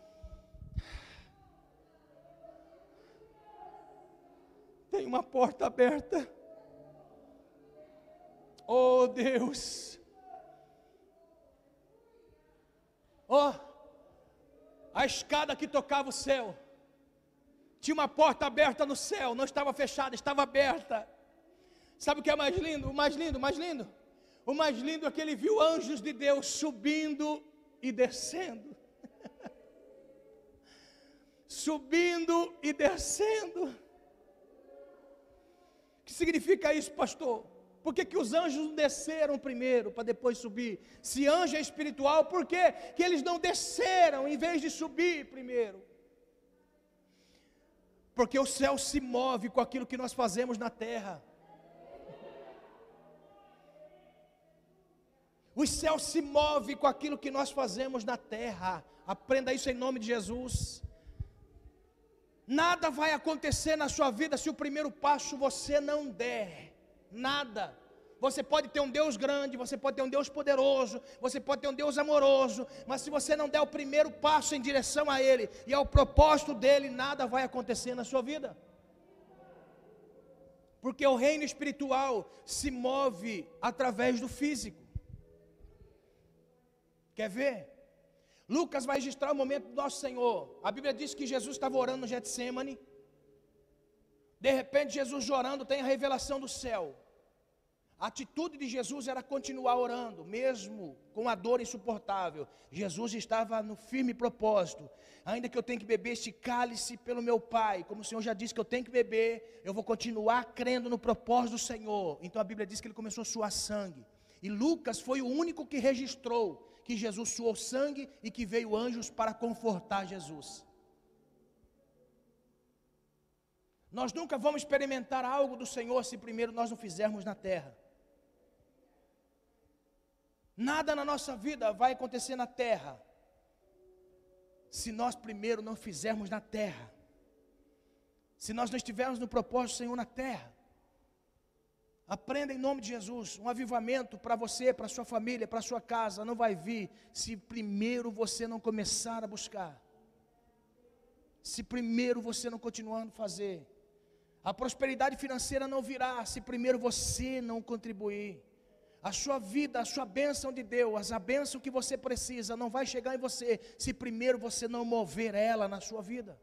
Tem uma porta aberta. Oh Deus. Oh, a escada que tocava o céu tinha uma porta aberta no céu, não estava fechada, estava aberta. Sabe o que é mais lindo? O mais lindo, o mais lindo? O mais lindo é que ele viu anjos de Deus subindo e descendo. Subindo e descendo. O que significa isso, pastor? Por que os anjos não desceram primeiro para depois subir? Se anjo é espiritual, por que eles não desceram em vez de subir primeiro? Porque o céu se move com aquilo que nós fazemos na terra. Os céus se movem com aquilo que nós fazemos na terra. Aprenda isso em nome de Jesus. Nada vai acontecer na sua vida se o primeiro passo você não der. Nada. Você pode ter um Deus grande, você pode ter um Deus poderoso, você pode ter um Deus amoroso, mas se você não der o primeiro passo em direção a Ele e ao propósito dEle, nada vai acontecer na sua vida. Porque o reino espiritual se move através do físico. Quer ver? Lucas vai registrar o momento do nosso Senhor. A Bíblia diz que Jesus estava orando no Getsemane. De repente Jesus orando, tem a revelação do céu. A atitude de Jesus era continuar orando, mesmo com a dor insuportável. Jesus estava no firme propósito: ainda que eu tenha que beber este cálice pelo meu Pai, como o Senhor já disse que eu tenho que beber, eu vou continuar crendo no propósito do Senhor. Então a Bíblia diz que ele começou a suar sangue. E Lucas foi o único que registrou que Jesus suou sangue e que veio anjos para confortar Jesus. Nós nunca vamos experimentar algo do Senhor se primeiro nós não fizermos na terra. Nada na nossa vida vai acontecer na terra se nós primeiro não fizermos na terra. Se nós não estivermos no propósito do Senhor na terra. Aprenda em nome de Jesus. Um avivamento para você, para sua família, para sua casa não vai vir se primeiro você não começar a buscar. Se primeiro você não continuar a fazer. A prosperidade financeira não virá se primeiro você não contribuir. A sua vida, a sua bênção de Deus, a bênção que você precisa não vai chegar em você se primeiro você não mover ela na sua vida.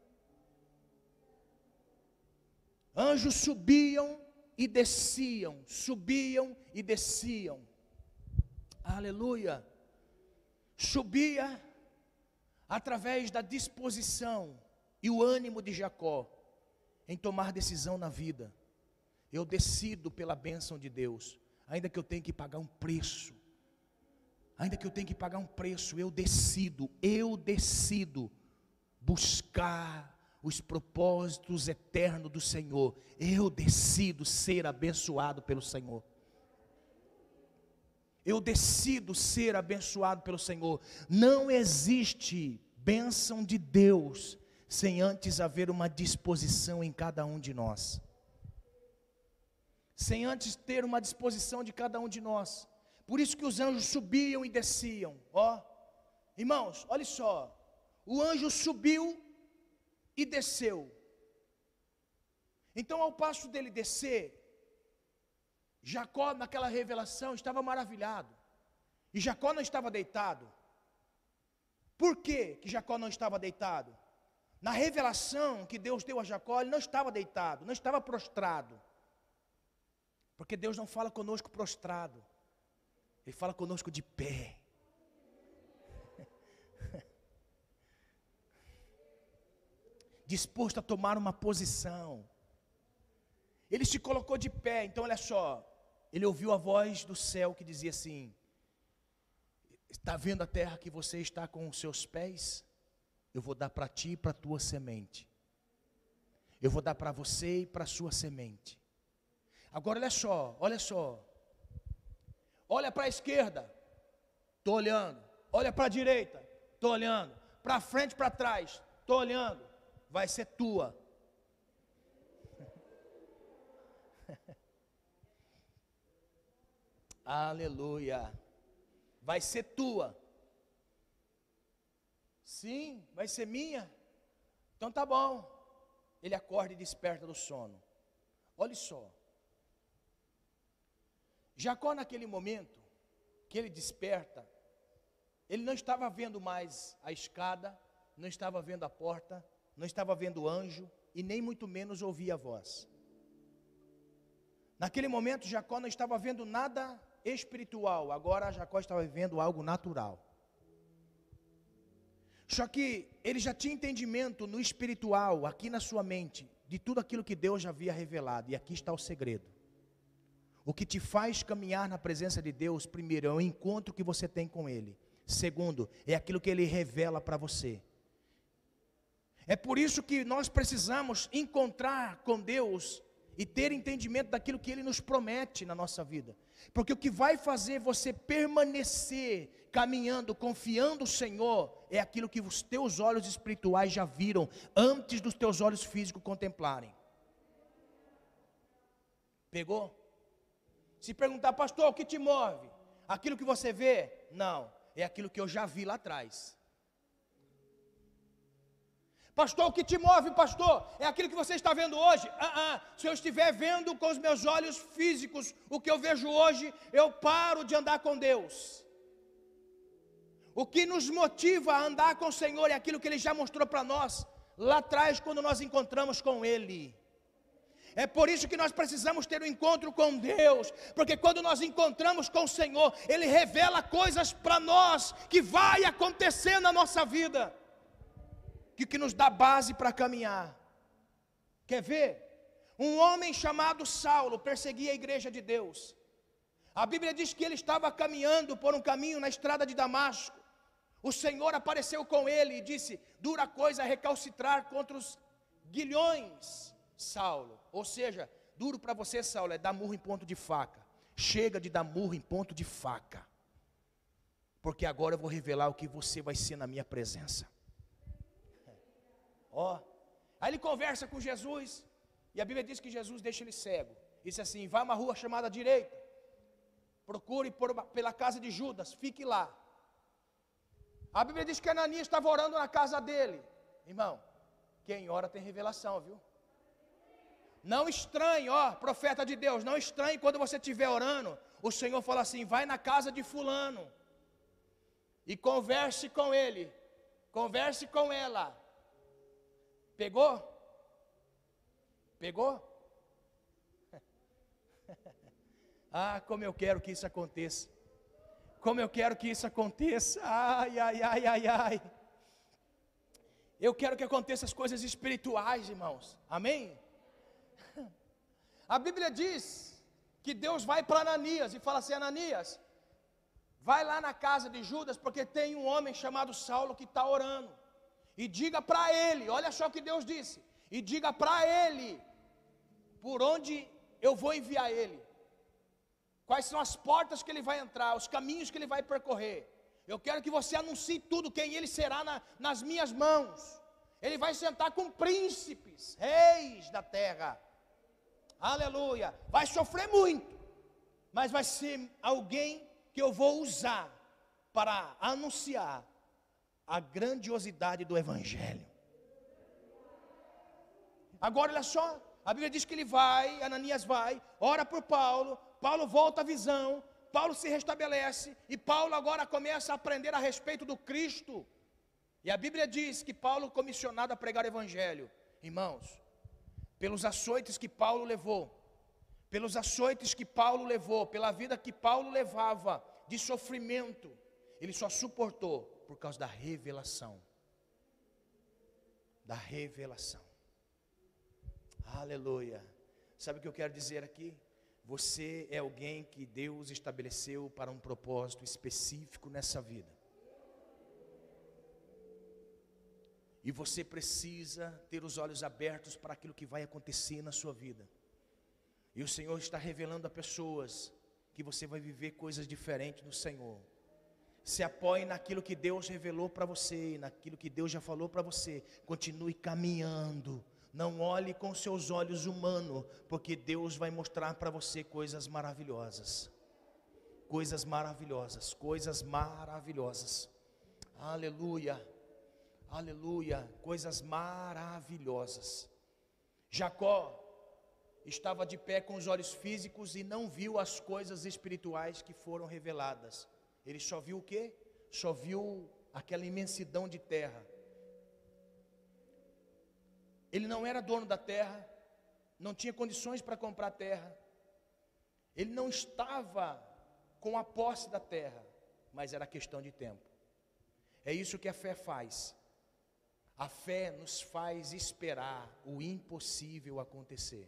Anjos subiam e desciam, subiam e desciam. Aleluia. Subia através da disposição e o ânimo de Jacó em tomar decisão na vida. Eu decido pela bênção de Deus, ainda que eu tenha que pagar um preço. Ainda que eu tenha que pagar um preço, eu decido buscar os propósitos eternos do Senhor. Eu decido ser abençoado pelo Senhor. Eu decido ser abençoado pelo Senhor. Não existe bênção de Deus sem antes haver uma disposição em cada um de nós. Sem antes ter uma disposição de cada um de nós. Por isso que os anjos subiam e desciam. Ó, irmãos, olha só. O anjo subiu e desceu. Então, ao passo dele descer, Jacó, naquela revelação, estava maravilhado. E Jacó não estava deitado. Por que Jacó não estava deitado? Na revelação que Deus deu a Jacó, ele não estava deitado, não estava prostrado. Porque Deus não fala conosco prostrado, Ele fala conosco de pé. Disposto a tomar uma posição. Ele se colocou de pé. Então olha só, ele ouviu a voz do céu que dizia assim: está vendo a terra que você está com os seus pés? Eu vou dar para ti e para a tua semente. Eu vou dar para você e para a sua semente. Agora olha só, olha só. Olha para a esquerda, estou olhando. Olha para a direita, estou olhando. Para frente, para trás, estou olhando. Vai ser tua. Aleluia. Vai ser tua. Sim, vai ser minha. Então tá bom. Ele acorda e desperta do sono. Olha só. Jacó, naquele momento que ele desperta, ele não estava vendo mais a escada, não estava vendo a porta, não estava vendo o anjo e nem muito menos ouvia a voz. Naquele momento Jacó não estava vendo nada espiritual, agora Jacó estava vivendo algo natural. Só que ele já tinha entendimento no espiritual, aqui na sua mente, de tudo aquilo que Deus já havia revelado. E aqui está o segredo. O que te faz caminhar na presença de Deus, primeiro, é o encontro que você tem com Ele. Segundo, é aquilo que Ele revela para você. É por isso que nós precisamos encontrar com Deus e ter entendimento daquilo que Ele nos promete na nossa vida. Porque o que vai fazer você permanecer caminhando, confiando no Senhor, é aquilo que os teus olhos espirituais já viram, antes dos teus olhos físicos contemplarem. Pegou? Se perguntar, pastor, o que te move? Aquilo que você vê? Não, é aquilo que eu já vi lá atrás. Pastor, o que te move, pastor? É aquilo que você está vendo hoje? Se eu estiver vendo com os meus olhos físicos o que eu vejo hoje, eu paro de andar com Deus. O que nos motiva a andar com o Senhor é aquilo que Ele já mostrou para nós lá atrás, quando nós encontramos com Ele. É por isso que nós precisamos ter um encontro com Deus, porque quando nós encontramos com o Senhor, Ele revela coisas para nós que vai acontecer na nossa vida, que nos dá base para caminhar. Quer ver? Um homem chamado Saulo perseguia a igreja de Deus. A Bíblia diz que ele estava caminhando por um caminho na estrada de Damasco. O Senhor apareceu com ele e disse: dura coisa é recalcitrar contra os guilhões, Saulo. Ou seja, duro para você, Saulo, é dar murro em ponto de faca. Chega de dar murro em ponto de faca, porque agora eu vou revelar o que você vai ser na minha presença. Aí ele conversa com Jesus, e a Bíblia diz que Jesus deixa ele cego. Diz assim: vai a uma rua chamada direita, procure pela casa de Judas, fique lá. A Bíblia diz que Ananias estava orando na casa dele. Irmão, quem ora tem revelação, viu? Não estranhe, profeta de Deus, não estranhe quando você estiver orando, o Senhor fala assim: vai na casa de fulano e converse com ele, converse com ela. Pegou? Pegou? Como eu quero que isso aconteça. Como eu quero que isso aconteça. Ai. Eu quero que aconteça as coisas espirituais, irmãos. Amém? A Bíblia diz que Deus vai para Ananias e fala assim: Ananias, vai lá na casa de Judas, porque tem um homem chamado Saulo que está orando. E diga para ele, olha só o que Deus disse, e diga para ele por onde eu vou enviar ele, quais são as portas que ele vai entrar, os caminhos que ele vai percorrer. Eu quero que você anuncie tudo, quem ele será nas minhas mãos. Ele vai sentar com príncipes, reis da terra. Aleluia. Vai sofrer muito, mas vai ser alguém que eu vou usar para anunciar a grandiosidade do Evangelho. Agora olha só, a Bíblia diz que ele vai, Ananias vai, ora por Paulo, Paulo volta à visão, Paulo se restabelece, e Paulo agora começa a aprender a respeito do Cristo, E a Bíblia diz que Paulo, comissionado a pregar o evangelho, irmãos, pelos açoites que Paulo levou, pela vida que Paulo levava de sofrimento, ele só suportou por causa da revelação. Da revelação. Aleluia. Sabe o que eu quero dizer aqui? Você é alguém que Deus estabeleceu para um propósito específico nessa vida. E você precisa ter os olhos abertos para aquilo que vai acontecer na sua vida. E o Senhor está revelando a pessoas que você vai viver coisas diferentes no Senhor. Se apoie naquilo que Deus revelou para você, naquilo que Deus já falou para você. Continue caminhando. Não olhe com seus olhos humanos, porque Deus vai mostrar para você coisas maravilhosas. Coisas maravilhosas, coisas maravilhosas. Aleluia. Aleluia, coisas maravilhosas. Jacó estava de pé com os olhos físicos e não viu as coisas espirituais que foram reveladas. Ele só viu o quê? Só viu aquela imensidão de terra. Ele não era dono da terra, não tinha condições para comprar terra. Ele não estava com a posse da terra, mas era questão de tempo. É isso que a fé faz. A fé nos faz esperar o impossível acontecer.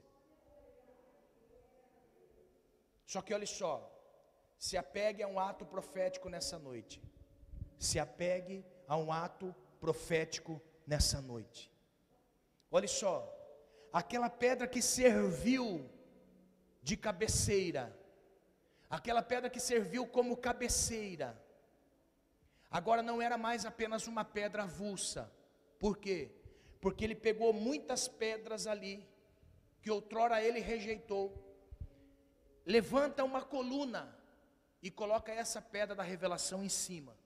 Só que olha só, se apegue a um ato profético nessa noite. Se apegue a um ato profético nessa noite. Olha só, aquela pedra que serviu de cabeceira, aquela pedra que serviu como cabeceira, agora não era mais apenas uma pedra avulsa. Por quê? Porque ele pegou muitas pedras ali, que outrora ele rejeitou, levanta uma coluna e coloca essa pedra da revelação em cima.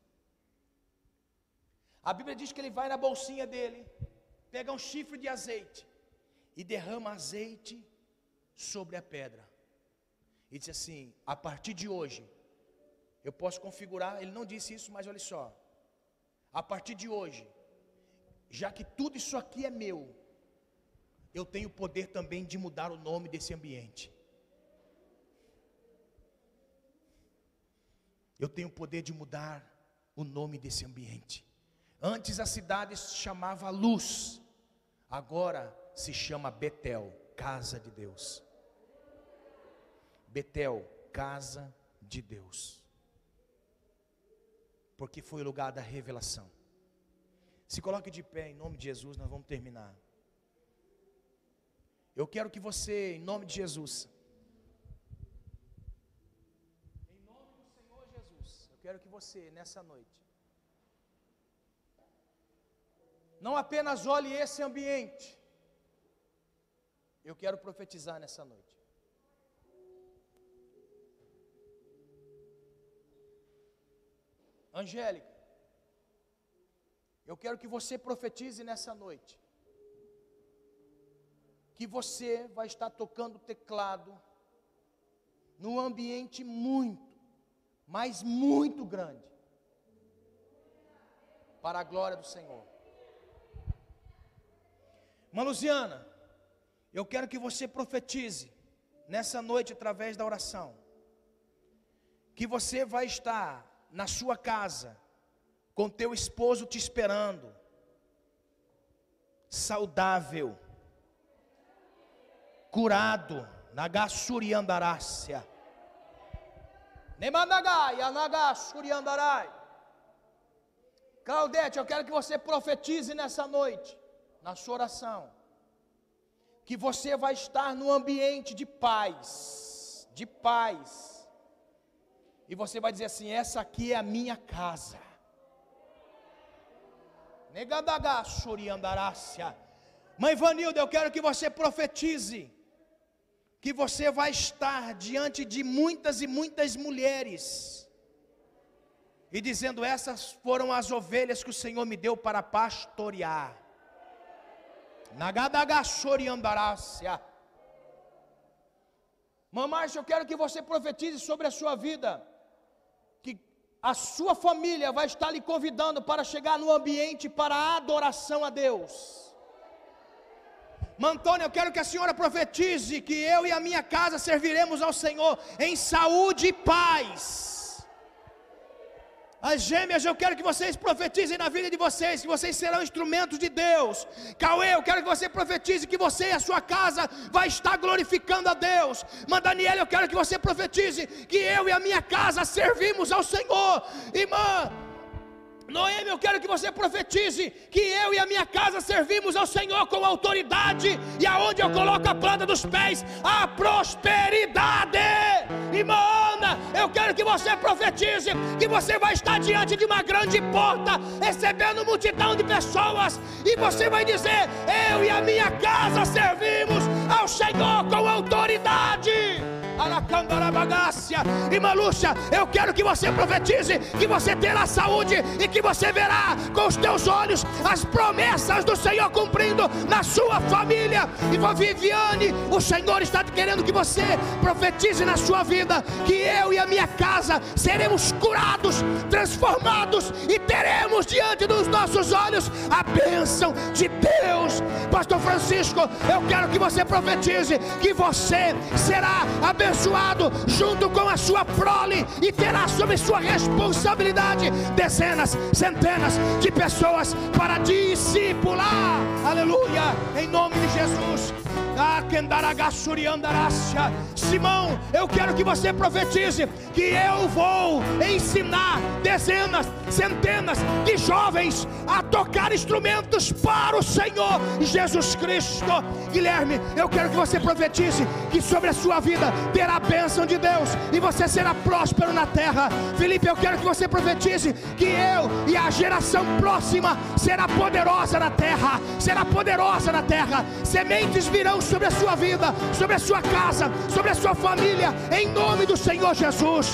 A Bíblia diz que ele vai na bolsinha dele, pega um chifre de azeite e derrama azeite sobre a pedra. E diz assim: a partir de hoje, eu posso configurar, ele não disse isso, mas olha só, a partir de hoje, já que tudo isso aqui é meu, eu tenho o poder também de mudar o nome desse ambiente. Eu tenho o poder de mudar o nome desse ambiente. Antes a cidade se chamava Luz, agora se chama Betel, casa de Deus. Betel, casa de Deus. Porque foi o lugar da revelação. Se coloque de pé em nome de Jesus, nós vamos terminar. Eu quero que você, em nome de Jesus, em nome do Senhor Jesus, eu quero que você, nessa noite, não apenas olhe esse ambiente, eu quero profetizar nessa noite. Angélica, eu quero que você profetize nessa noite, que você vai estar tocando teclado, num ambiente muito, mas muito grande, para a glória do Senhor. Irmã Luziana, eu quero que você profetize, nessa noite através da oração, que você vai estar na sua casa, com teu esposo te esperando, saudável, curado, Nagassuriandarácia, Nemandagaia, Nagassuriandarai. Claudete, eu quero que você profetize nessa noite, na sua oração, que você vai estar num ambiente de paz, e você vai dizer assim: essa aqui é a minha casa. Mãe Vanilda, eu quero que você profetize que você vai estar diante de muitas e muitas mulheres e dizendo: essas foram as ovelhas que o Senhor me deu para pastorear. Mamãe, eu quero que você profetize sobre a sua vida, que a sua família vai estar lhe convidando para chegar no ambiente para a adoração a Deus. Antônio, eu quero que a senhora profetize que eu e a minha casa serviremos ao Senhor em saúde e paz. As gêmeas, eu quero que vocês profetizem na vida de vocês, que vocês serão instrumentos de Deus. Cauê, eu quero que você profetize que você e a sua casa vai estar glorificando a Deus. Daniela, eu quero que você profetize que eu e a minha casa servimos ao Senhor. Irmã Noemi, eu quero que você profetize que eu e a minha casa servimos ao Senhor com autoridade, e aonde eu coloco a planta dos pés, a prosperidade. Irmã Ana, eu quero que você profetize que você vai estar diante de uma grande porta, recebendo multidão de pessoas, e você vai dizer: eu e a minha casa servimos ao Senhor com autoridade. Irmã Lúcia, eu quero que você profetize que você terá saúde e que você verá com os teus olhos as promessas do Senhor cumprindo na sua família. Irmã Viviane, o Senhor está querendo que você profetize na sua vida que eu e a minha casa seremos curados, transformados, e teremos diante dos nossos olhos a bênção de Deus. Pastor Francisco, eu quero que você profetize que você será abençoado junto com a sua prole, e terá sob sua responsabilidade dezenas, centenas de pessoas para discipular. Aleluia, em nome de Jesus. Simão, eu quero que você profetize que eu vou ensinar dezenas, centenas de jovens a tocar instrumentos para o Senhor Jesus Cristo. Guilherme, eu quero que você profetize que sobre a sua vida terá a bênção de Deus e você será próspero na terra. Felipe, eu quero que você profetize que eu e a geração próxima será poderosa na terra, será poderosa na terra. Sementes virão sobre a sua vida, sobre a sua casa, sobre a sua família, em nome do Senhor Jesus.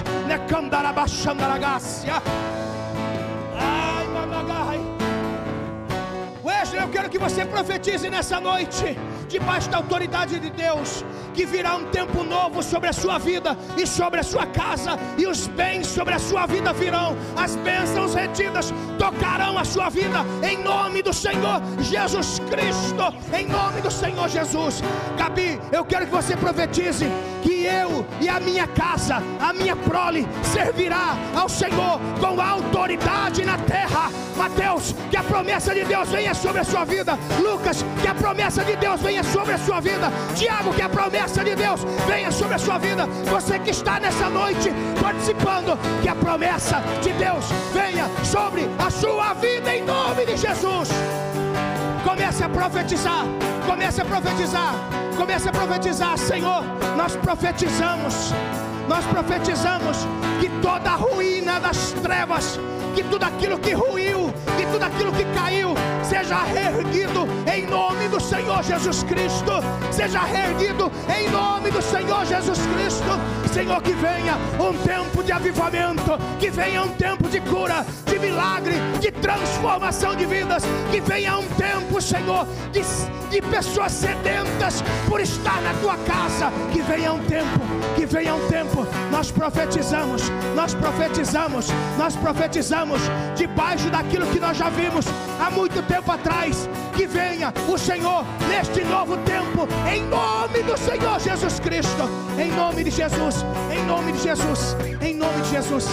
Wesley, eu quero que você profetize nessa noite, debaixo da autoridade de Deus, que virá um tempo novo sobre a sua vida e sobre a sua casa, e os bens sobre a sua vida virão, as bênçãos retidas tocarão a sua vida, em nome do Senhor Jesus Cristo, em nome do Senhor Jesus. Gabi, eu quero que você profetize que eu e a minha casa, a minha prole, servirá ao Senhor com autoridade na terra. Mateus, que a promessa de Deus venha sobre a sua vida. Lucas, que a promessa de Deus venha sobre a sua vida. Tiago, que a promessa de Deus venha sobre a sua vida. Você que está nessa noite participando, que a promessa de Deus venha sobre a sua vida, em nome de Jesus. Comece a profetizar, comece a profetizar, comece a profetizar. Senhor, nós profetizamos que toda a ruína das trevas, que tudo aquilo que ruiu, que tudo aquilo que caiu, seja reerguido em nome do Senhor Jesus Cristo, seja reerguido em nome do Senhor Jesus Cristo. Senhor, que venha um tempo de avivamento, que venha um tempo de cura, de milagre, de transformação de vidas, que venha um tempo, Senhor, de pessoas sedentas por estar na tua casa, que venha um tempo, que venha um tempo. Nós profetizamos, nós profetizamos, nós profetizamos debaixo daquilo que nós já vimos há muito tempo atrás, que venha o Senhor neste novo tempo, em nome do Senhor Jesus Cristo, em nome de Jesus, em nome de Jesus, em nome de Jesus.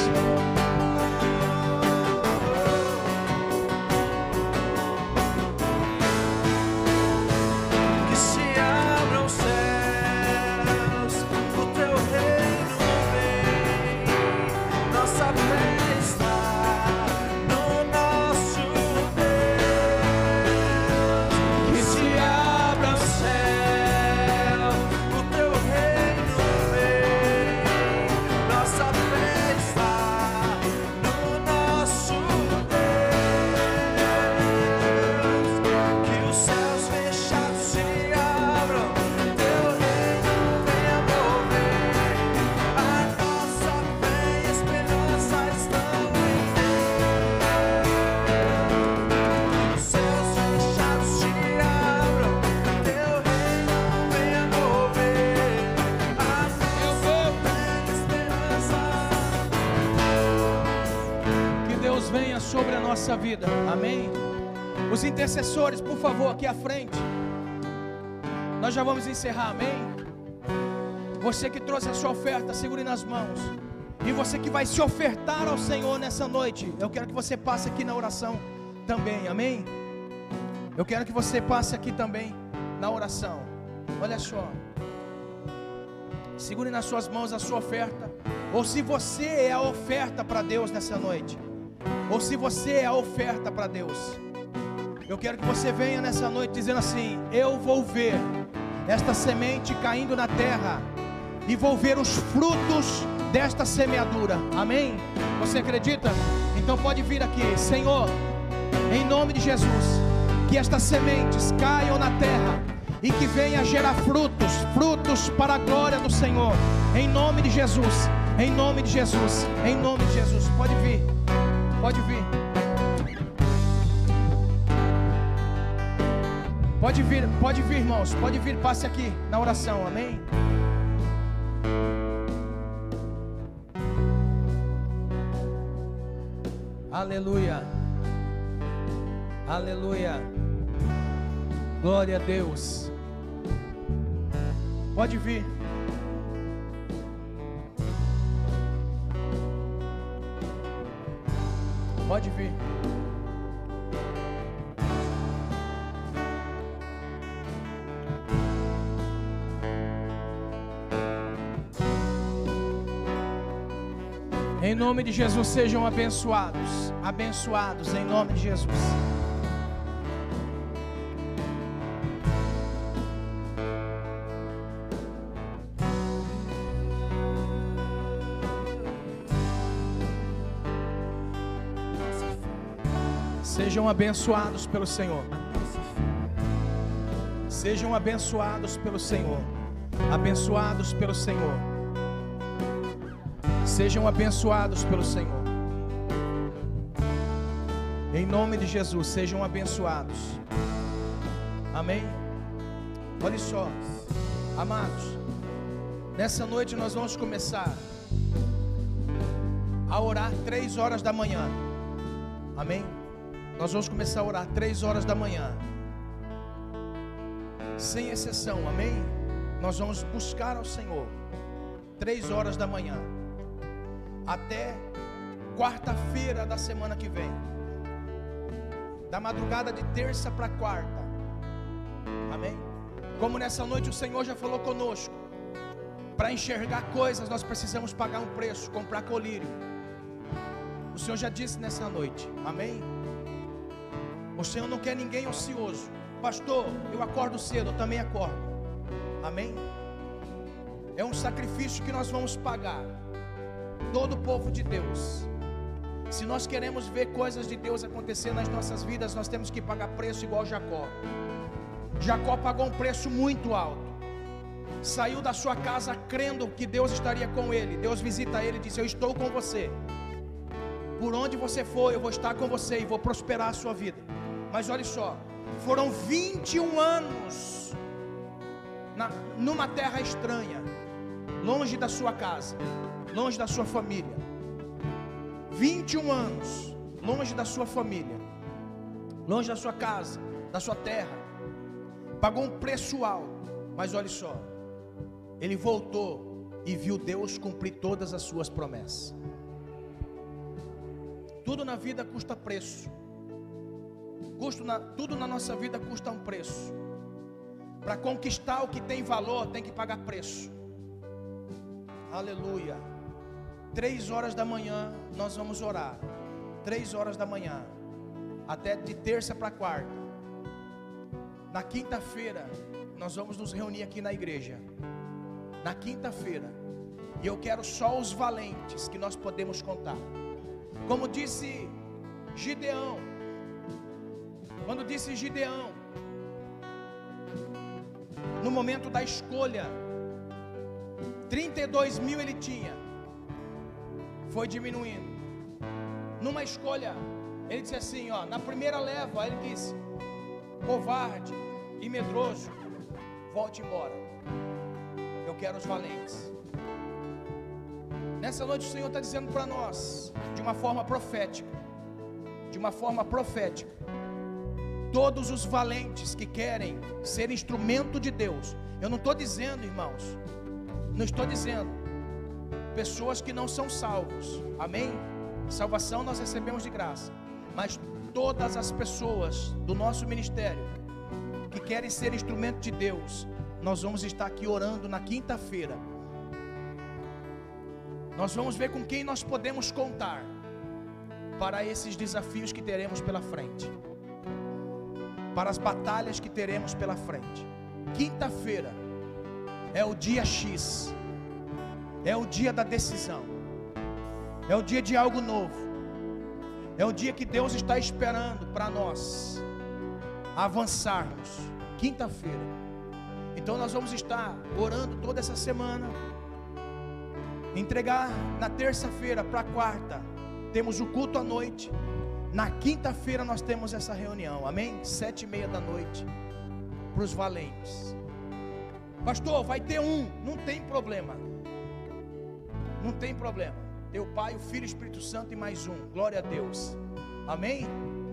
sobre a nossa vida, amém? Os intercessores, por favor, aqui à frente. Nós já vamos encerrar, amém? Você que trouxe a sua oferta, segure nas mãos. E você que vai se ofertar ao Senhor nessa noite, eu quero que você passe aqui na oração também, amém? Eu quero que você passe aqui também na oração. Olha só, segure nas suas mãos a sua oferta. Ou se você é a oferta para Deus nessa noite, ou se você é a oferta para Deus, eu quero que você venha nessa noite dizendo assim: eu vou ver esta semente caindo na terra, e vou ver os frutos desta semeadura, amém? Você acredita? Então pode vir aqui. Senhor, em nome de Jesus, que estas sementes caiam na terra e que venha gerar frutos, frutos para a glória do Senhor, em nome de Jesus, em nome de Jesus, em nome de Jesus. Pode vir, pode vir, pode vir, irmãos, pode vir, passe aqui na oração, amém? Aleluia, aleluia, glória a Deus. Pode vir. Pode vir. Em nome de Jesus, sejam abençoados, abençoados em nome de Jesus. Sejam abençoados pelo Senhor. Sejam abençoados pelo Senhor. Abençoados pelo Senhor. Sejam abençoados pelo Senhor. Em nome de Jesus, sejam abençoados. Amém? Olha só, amados, nessa noite nós vamos começar a orar 3 horas da manhã. Amém? Nós vamos começar a orar 3 horas da manhã, sem exceção, amém? Nós vamos buscar ao Senhor 3 horas da manhã, até quarta-feira da semana que vem, da madrugada de terça para quarta, amém? Como nessa noite o Senhor já falou conosco, para enxergar coisas nós precisamos pagar um preço, comprar colírio. O Senhor já disse nessa noite, amém? O Senhor não quer ninguém ocioso. Pastor, eu acordo cedo, eu também acordo, amém? É um sacrifício que nós vamos pagar, todo o povo de Deus. Se nós queremos ver coisas de Deus acontecer nas nossas vidas, nós temos que pagar preço igual Jacó. Jacó pagou um preço muito alto, saiu da sua casa crendo que Deus estaria com ele. Deus visita ele e diz: eu estou com você, por onde você for eu vou estar com você e vou prosperar a sua vida. Mas olha só, foram 21 anos numa terra estranha, longe da sua casa, longe da sua família. 21 anos longe da sua família, longe da sua casa, da sua terra. Pagou um preço alto, mas olha só, ele voltou e viu Deus cumprir todas as suas promessas. Tudo na vida custa preço. Tudo na nossa vida custa um preço. Para conquistar o que tem valor, tem que pagar preço. Aleluia. 3 horas da manhã nós vamos orar. 3 horas da manhã, até de terça para quarta. Na quinta-feira nós vamos nos reunir aqui na igreja. Na quinta-feira. E eu quero só os valentes que nós podemos contar. Como disse Gideão, quando disse Gideão, no momento da escolha, 32 mil ele tinha, foi diminuindo. Numa escolha, ele disse assim, ó, na primeira leva, ele disse: covarde e medroso, volte embora, eu quero os valentes. Nessa noite o Senhor está dizendo para nós, de uma forma profética, de uma forma profética, todos os valentes que querem ser instrumento de Deus. Eu não estou dizendo, irmãos, não estou dizendo pessoas que não são salvos, amém? Salvação nós recebemos de graça, mas todas as pessoas do nosso ministério que querem ser instrumento de Deus, nós vamos estar aqui orando na quinta-feira. Nós vamos ver com quem nós podemos contar para esses desafios que teremos pela frente, para as batalhas que teremos pela frente. Quinta-feira é o dia X, é o dia da decisão, é o dia de algo novo, é o dia que Deus está esperando para nós avançarmos. Quinta-feira. Então nós vamos estar orando toda essa semana, entregar na terça-feira para a quarta, temos o culto à noite. Na quinta-feira nós temos essa reunião, amém? 7:30 da noite, para os valentes. Pastor, vai ter não tem problema, não tem problema. Teu Pai, o Filho e o Espírito Santo e mais glória a Deus, amém?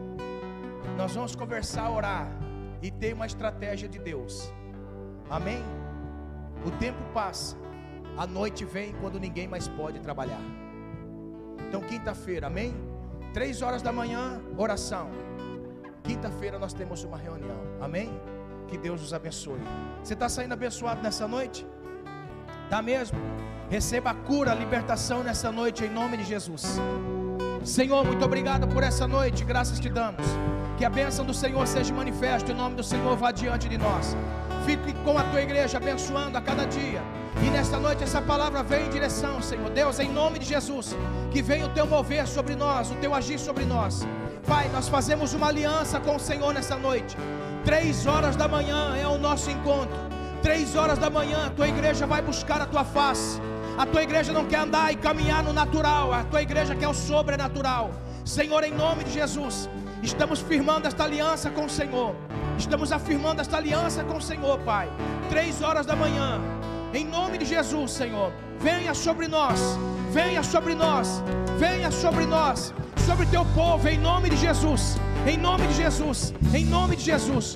Nós vamos conversar, orar e ter uma estratégia de Deus, amém? O tempo passa, a noite vem quando ninguém mais pode trabalhar. Então quinta-feira, amém? 3 horas da manhã, oração. Quinta-feira nós temos uma reunião, amém? Que Deus os abençoe. Você está saindo abençoado nessa noite? Está mesmo? Receba a cura, a libertação nessa noite, em nome de Jesus. Senhor, muito obrigado por essa noite, graças te damos. Que a bênção do Senhor seja manifesta, o nome do Senhor vá diante de nós. Fique com a tua igreja abençoando a cada dia. E nesta noite essa palavra vem em direção, Senhor Deus, em nome de Jesus. Que venha o teu mover sobre nós, o teu agir sobre nós. Pai, nós fazemos uma aliança com o Senhor nessa noite. 3 horas da manhã é o nosso encontro. 3 horas da manhã a tua igreja vai buscar a tua face. A tua igreja não quer andar e caminhar no natural, a tua igreja quer o sobrenatural. Senhor, em nome de Jesus, estamos firmando esta aliança com o Senhor. Estamos afirmando esta aliança com o Senhor, Pai. 3 horas da manhã, em nome de Jesus, Senhor, venha sobre nós, venha sobre nós, venha sobre nós, sobre teu povo, em nome de Jesus, em nome de Jesus, em nome de Jesus.